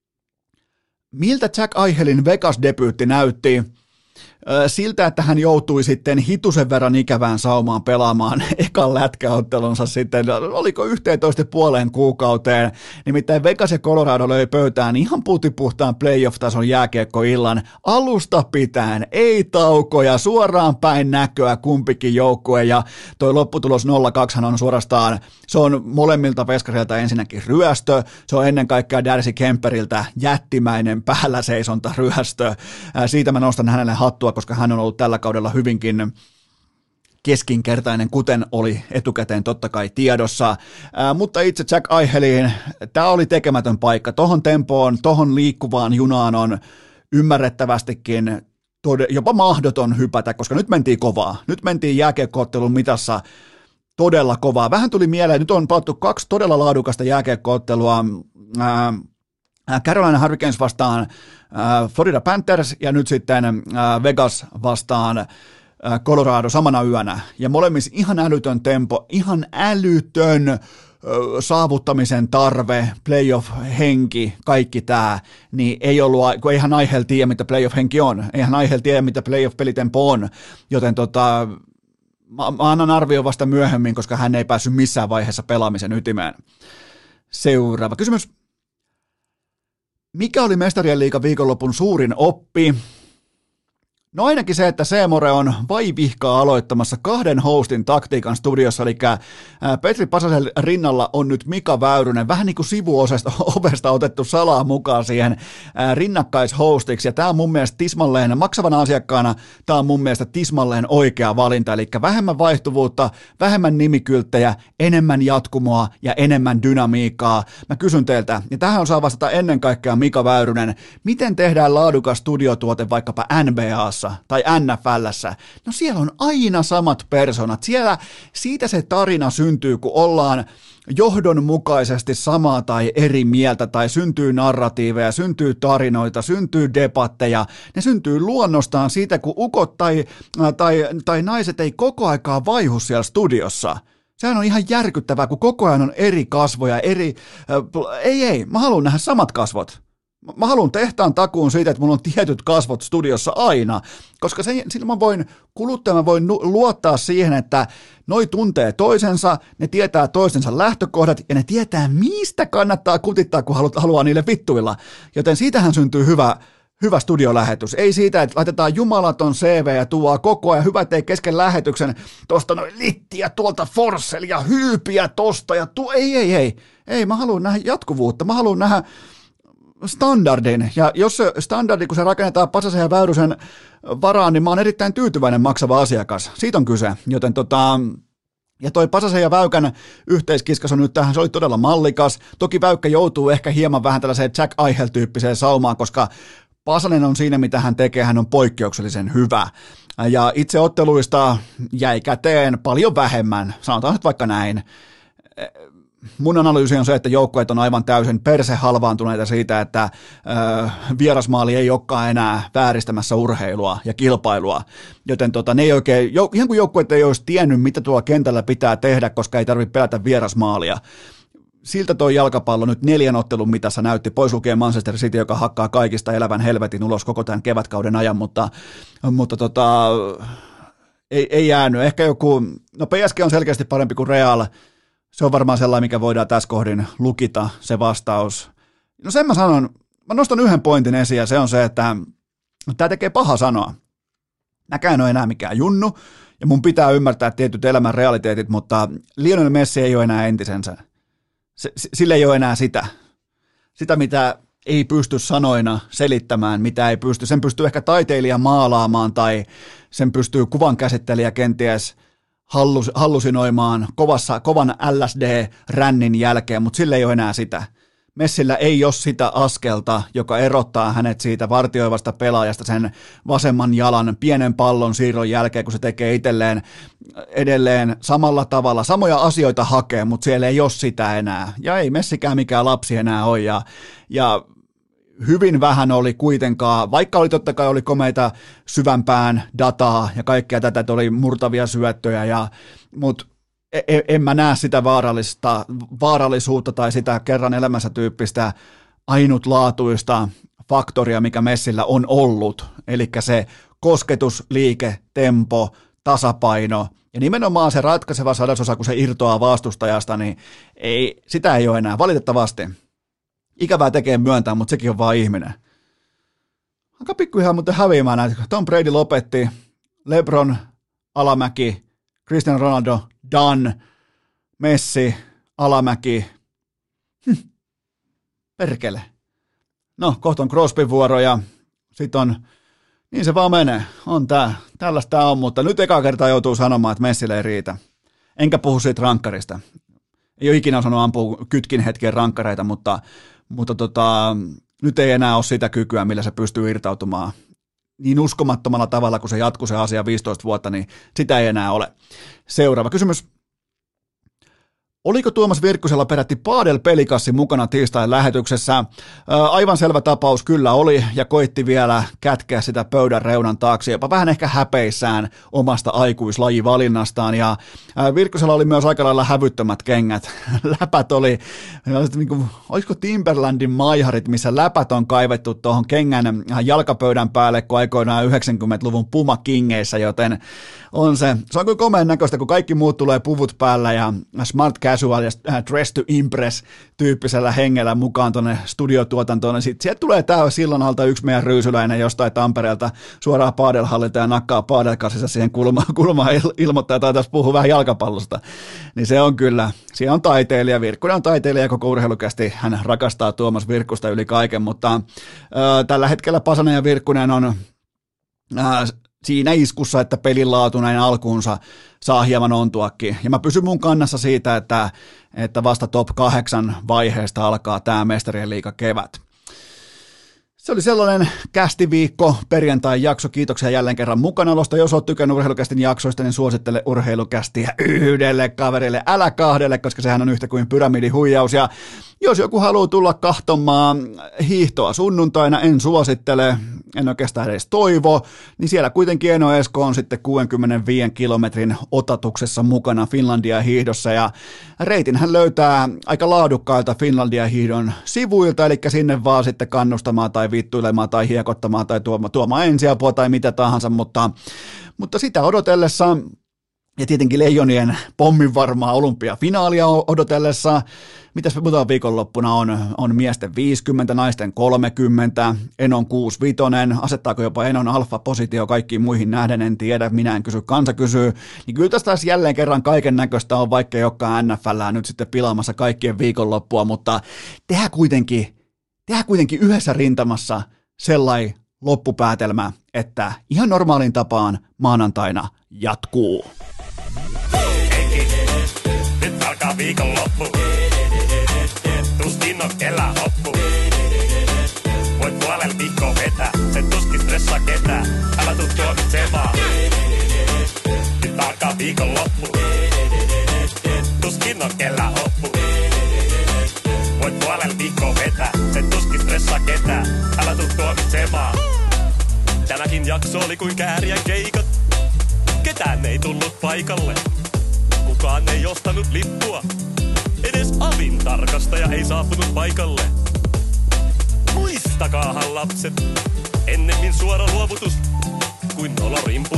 Miltä Jack Eichelin Vegas-debyytti näytti? Siltä, että hän joutui sitten hitusen verran ikävään saumaan pelaamaan ekan lätkäottelunsa sitten, oliko yhteentoista puoleen kuukauteen, nimittäin Vegas ja Colorado löi pöytään ihan putipuhtaan playoff-tason jääkiekkoillan alusta pitäen, ei taukoja, suoraan päin näköä kumpikin joukkue, ja toi lopputulos nolla kaksi on suorastaan, se on molemmilta veskarilta ensinnäkin ryöstö, se on ennen kaikkea Darcy Kemperiltä jättimäinen päällä seisonta ryöstö, siitä mä nostan hänelle hattua, koska hän on ollut tällä kaudella hyvinkin keskinkertainen, kuten oli etukäteen totta kai tiedossa, Ää, mutta itse Jack Eicheliin, tämä oli tekemätön paikka, tohon tempoon, tohon liikkuvaan junaan on ymmärrettävästikin tod- jopa mahdoton hypätä, koska nyt mentiin kovaa, nyt mentiin jääkiekko-ottelun mitassa todella kovaa, vähän tuli mieleen, nyt on palattu kaksi todella laadukasta jääkiekko-ottelua, ää, Carolina Hurricanes vastaan Florida Panthers ja nyt sitten Vegas vastaan Colorado samana yönä. Ja molemmissa ihan älytön tempo, ihan älytön saavuttamisen tarve, playoff-henki, kaikki tämä, niin ei ollut, kun eihän Eichel tiedä, mitä playoff-henki on, eihän Eichel tiedä, mitä playoff-pelitempo on, joten tota, mä, mä annan arvio vasta myöhemmin, koska hän ei päässyt missään vaiheessa pelaamisen ytimeen. Seuraava kysymys. Mikä oli Mestarien liigan viikonlopun suurin oppi? No ainakin se, että Seemore on vaivihkaa aloittamassa kahden hostin taktiikan studiossa, eli Petri Pasasen rinnalla on nyt Mika Väyrynen, vähän niin kuin sivuovesta otettu salaa mukaan siihen rinnakkaishostiksi, ja tämä on mun mielestä tismalleen, maksavana asiakkaana tämä on mun mielestä tismalleen oikea valinta, eli vähemmän vaihtuvuutta, vähemmän nimikylttejä, enemmän jatkumoa ja enemmän dynamiikkaa. Mä kysyn teiltä, ja tähän on saa vastata ennen kaikkea Mika Väyrynen, miten tehdään laadukas studiotuote vaikkapa N B A:ssa? studiossa tai N F L:ssä, no siellä on aina samat persoonat. Siellä siitä se tarina syntyy, kun ollaan johdonmukaisesti samaa tai eri mieltä, tai syntyy narratiiveja, syntyy tarinoita, syntyy debatteja. Ne syntyy luonnostaan siitä, kun ukot tai, tai, tai naiset ei koko aikaa vaihu siellä studiossa. Sehän on ihan järkyttävää, kun koko ajan on eri kasvoja, eri... Äh, ei, ei, mä haluan nähdä samat kasvot. Mä haluan tehtaan takuun siitä, että mulla on tietyt kasvot studiossa aina, koska sen, sillä mä voin kuluttaa, mä voin luottaa siihen, että noi tuntee toisensa, ne tietää toistensa lähtökohdat ja ne tietää, mistä kannattaa kutittaa, kun haluaa niille vittuilla. Joten siitähän syntyy hyvä, hyvä studiolähetys. Ei siitä, että laitetaan jumalaton C V ja tuo koko ajan hyvä, ettei kesken lähetyksen tosta noin littiä, tuolta forsselia, hyypiä tosta ja tuo. Ei, ei, ei. Ei, mä haluan nähdä jatkuvuutta. Mä haluan nähdä standardin, ja jos se standardi, kun se rakennetaan Pasasen ja Väyrysen varaan, niin mä oon erittäin tyytyväinen maksava asiakas. Siitä on kyse, joten tota, ja toi Pasasen ja Väykän yhteiskiskas on nyt tähän, se oli todella mallikas. Toki Väykkä joutuu ehkä hieman vähän tällaiseen Jack Eichel-tyyppiseen saumaan, koska Pasanen on siinä, mitä hän tekee, hän on poikkeuksellisen hyvä. Ja itse otteluista jäi käteen paljon vähemmän, sanotaan nyt vaikka näin. Mun analyysi on se, että joukkueet on aivan täysin persehalvaantuneita siitä, että ö, vierasmaali ei olekaan enää vääristämässä urheilua ja kilpailua, joten tota, ne ei oikein, jo, ihan kuin joukkueet ei olisi tiennyt, mitä tuolla kentällä pitää tehdä, koska ei tarvitse pelätä vierasmaalia. Siltä toi jalkapallo nyt neljän ottelun mitassa näytti, pois lukien Manchester City, joka hakkaa kaikista elävän helvetin ulos koko tämän kevätkauden ajan, mutta, mutta tota, ei, ei jäänyt. Ehkä joku, no P S G on selkeästi parempi kuin Real. Se on varmaan sellainen, mikä voidaan tässä kohdin lukita, se vastaus. No sen mä sanon, mä nostan yhden pointin esiin, ja se on se, että tämä tekee paha sanoa. Mäkään en ole enää mikään junnu, ja mun pitää ymmärtää tietyt elämän realiteetit, mutta Lionel Messi ei ole enää entisensä. Se, sillä ei ole enää sitä. Sitä, mitä ei pysty sanoina selittämään, mitä ei pysty. Sen pystyy ehkä taiteilija maalaamaan, tai sen pystyy kuvan käsittelijä kenties Hallus, hallusinoimaan kovassa, kovan L S D-rännin jälkeen, mutta sillä ei ole enää sitä. Messillä ei ole sitä askelta, joka erottaa hänet siitä vartioivasta pelaajasta sen vasemman jalan pienen pallon siirron jälkeen, kun se tekee itselleen edelleen samalla tavalla. Samoja asioita hakee, mutta siellä ei ole sitä enää. Ja ei Messikään mikään lapsi enää ole. Ja, ja hyvin vähän oli kuitenkaan, vaikka oli totta kai oli komeita syvämpään dataa ja kaikkea tätä, että oli murtavia syöttöjä, ja, mutta en mä näe sitä vaarallista, vaarallisuutta tai sitä kerran elämässä tyyppistä ainutlaatuista faktoria, mikä Messillä on ollut, eli se kosketus, liike, tempo, tasapaino, ja nimenomaan se ratkaiseva sadasosa, kun se irtoaa vastustajasta, niin ei, sitä ei ole enää, valitettavasti. Ikävää tekee myöntää, mutta sekin on vaan ihminen. Aika pikkuhiljaa muuten häviämään näitä. Tom Brady lopetti, LeBron, alamäki, Cristiano Ronaldo, done, Messi, alamäki. Hm. Perkele. No, kohta on Crosbyn vuoro ja sit on, niin se vaan menee. On tää, tällaista tää on, mutta nyt eka kertaa joutuu sanomaan, että Messille ei riitä. Enkä puhu siitä rankkarista. Ei ole ikinä osannut ampua kytkin hetken rankkareita, mutta, mutta tota, nyt ei enää ole sitä kykyä, millä se pystyy irtautumaan niin uskomattomalla tavalla, kun se jatkuu se asia viisitoista vuotta, niin sitä ei enää ole. Seuraava kysymys. Oliko Tuomas Virkkosella peräti paadel-pelikassi mukana tiistain lähetyksessä? Ää, aivan selvä tapaus kyllä oli, ja koitti vielä kätkeä sitä pöydän reunan taakse, jopa vähän ehkä häpeissään omasta aikuislajivalinnastaan, ja ää, Virkkosella oli myös aika lailla hävyttömät kengät. Läpät oli, niin kuin, olisiko Timberlandin maiharit, missä läpät on kaivettu tuohon kengän jalkapöydän päälle, kun aikoinaan yhdeksänkymmentäluvun Puma Kingeissä, joten on se, se on kyllä komeen näköistä, kun kaikki muut tulee puvut päällä ja smart casual ja dress to impress tyyppisellä hengellä mukaan tuonne studiotuotantoon, ja sitten sieltä tulee tää sillan alta yksi meidän ryysyläinen jostain Tampereelta suoraan paadelhallilta ja nakkaa paadelkassissa siihen kulmaan, kulmaan ilmoittaa, että taitaisi puhua vähän jalkapallosta. Niin se on kyllä, siellä on taiteilija, Virkkunen on taiteilija, koko urheilukästi hän rakastaa Tuomas Virkkusta yli kaiken, mutta äh, tällä hetkellä Pasanen ja Virkkunen on äh, siinä iskussa, että pelin laatu näin alkuunsa saa hieman ontuakin. Ja mä pysyn mun kannassa siitä, että, että vasta top kahdeksan vaiheesta alkaa tämä Mestarien liiga kevät. Se oli sellainen kästiviikko, perjantain jakso. Kiitoksia jälleen kerran mukanaolosta. Jos olet tykännyt urheilukästin jaksoista, niin suosittele urheilukästiä yhdelle kaverille, älä kahdelle, koska sehän on yhtä kuin pyramidihuijaus. Ja jos joku haluaa tulla kahtomaan hiihtoa sunnuntaina, en suosittele, en oikeastaan edes toivo, niin siellä kuitenkin Eno Esko on sitten kuusikymmentäviisi kilometrin otatuksessa mukana Finlandia hiihdossa, ja reitin hän löytää aika laadukkailta Finlandia hiihdon sivuilta, eli sinne vaan sitten kannustamaan tai vittuilemaan tai hiekottamaan tai tuomaan, tuomaan ensiapua tai mitä tahansa, mutta, mutta sitä odotellessa ja tietenkin Leijonien pomminvarmaa olympiafinaalia odotellessa. Mitäs muutama viikonloppuna on, on miesten viisikymmentä, naisten kolmekymmentä, Enon kuusikymmentäviisi, asettaako jopa Enon alfa-positio kaikkiin muihin nähden, en tiedä, minä en kysy, kansa kysyy. Niin kyllä tästä taas jälleen kerran kaiken näköistä on, vaikka joka N F L nyt sitten pilaamassa kaikkien viikonloppua, mutta tehdään kuitenkin, tehdään kuitenkin yhdessä rintamassa sellainen loppupäätelmä, että ihan normaalin tapaan maanantaina jatkuu. Nyt alkaa viikonloppu. Tuskin on kellään hoppu. Voit puolella viikkoa vetää, sen tuskin stressaa ketään. Älä tuu tuomitsemaan. Nyt alkaa viikonloppu. Tuskin on kellään hoppu. Voit puolella viikkoa vetää, sen tuskin stressaa ketään. Älä tuu tuomitsemaan. Tämäkin jakso oli kuin Kääriän keikat. Ketään ei tullut paikalle. Kukaan ei ostanut lippua. Edes avin tarkastaja ei saapunut paikalle. Muistakaahan lapset, ennemmin suora luovutus kuin nolorimpu.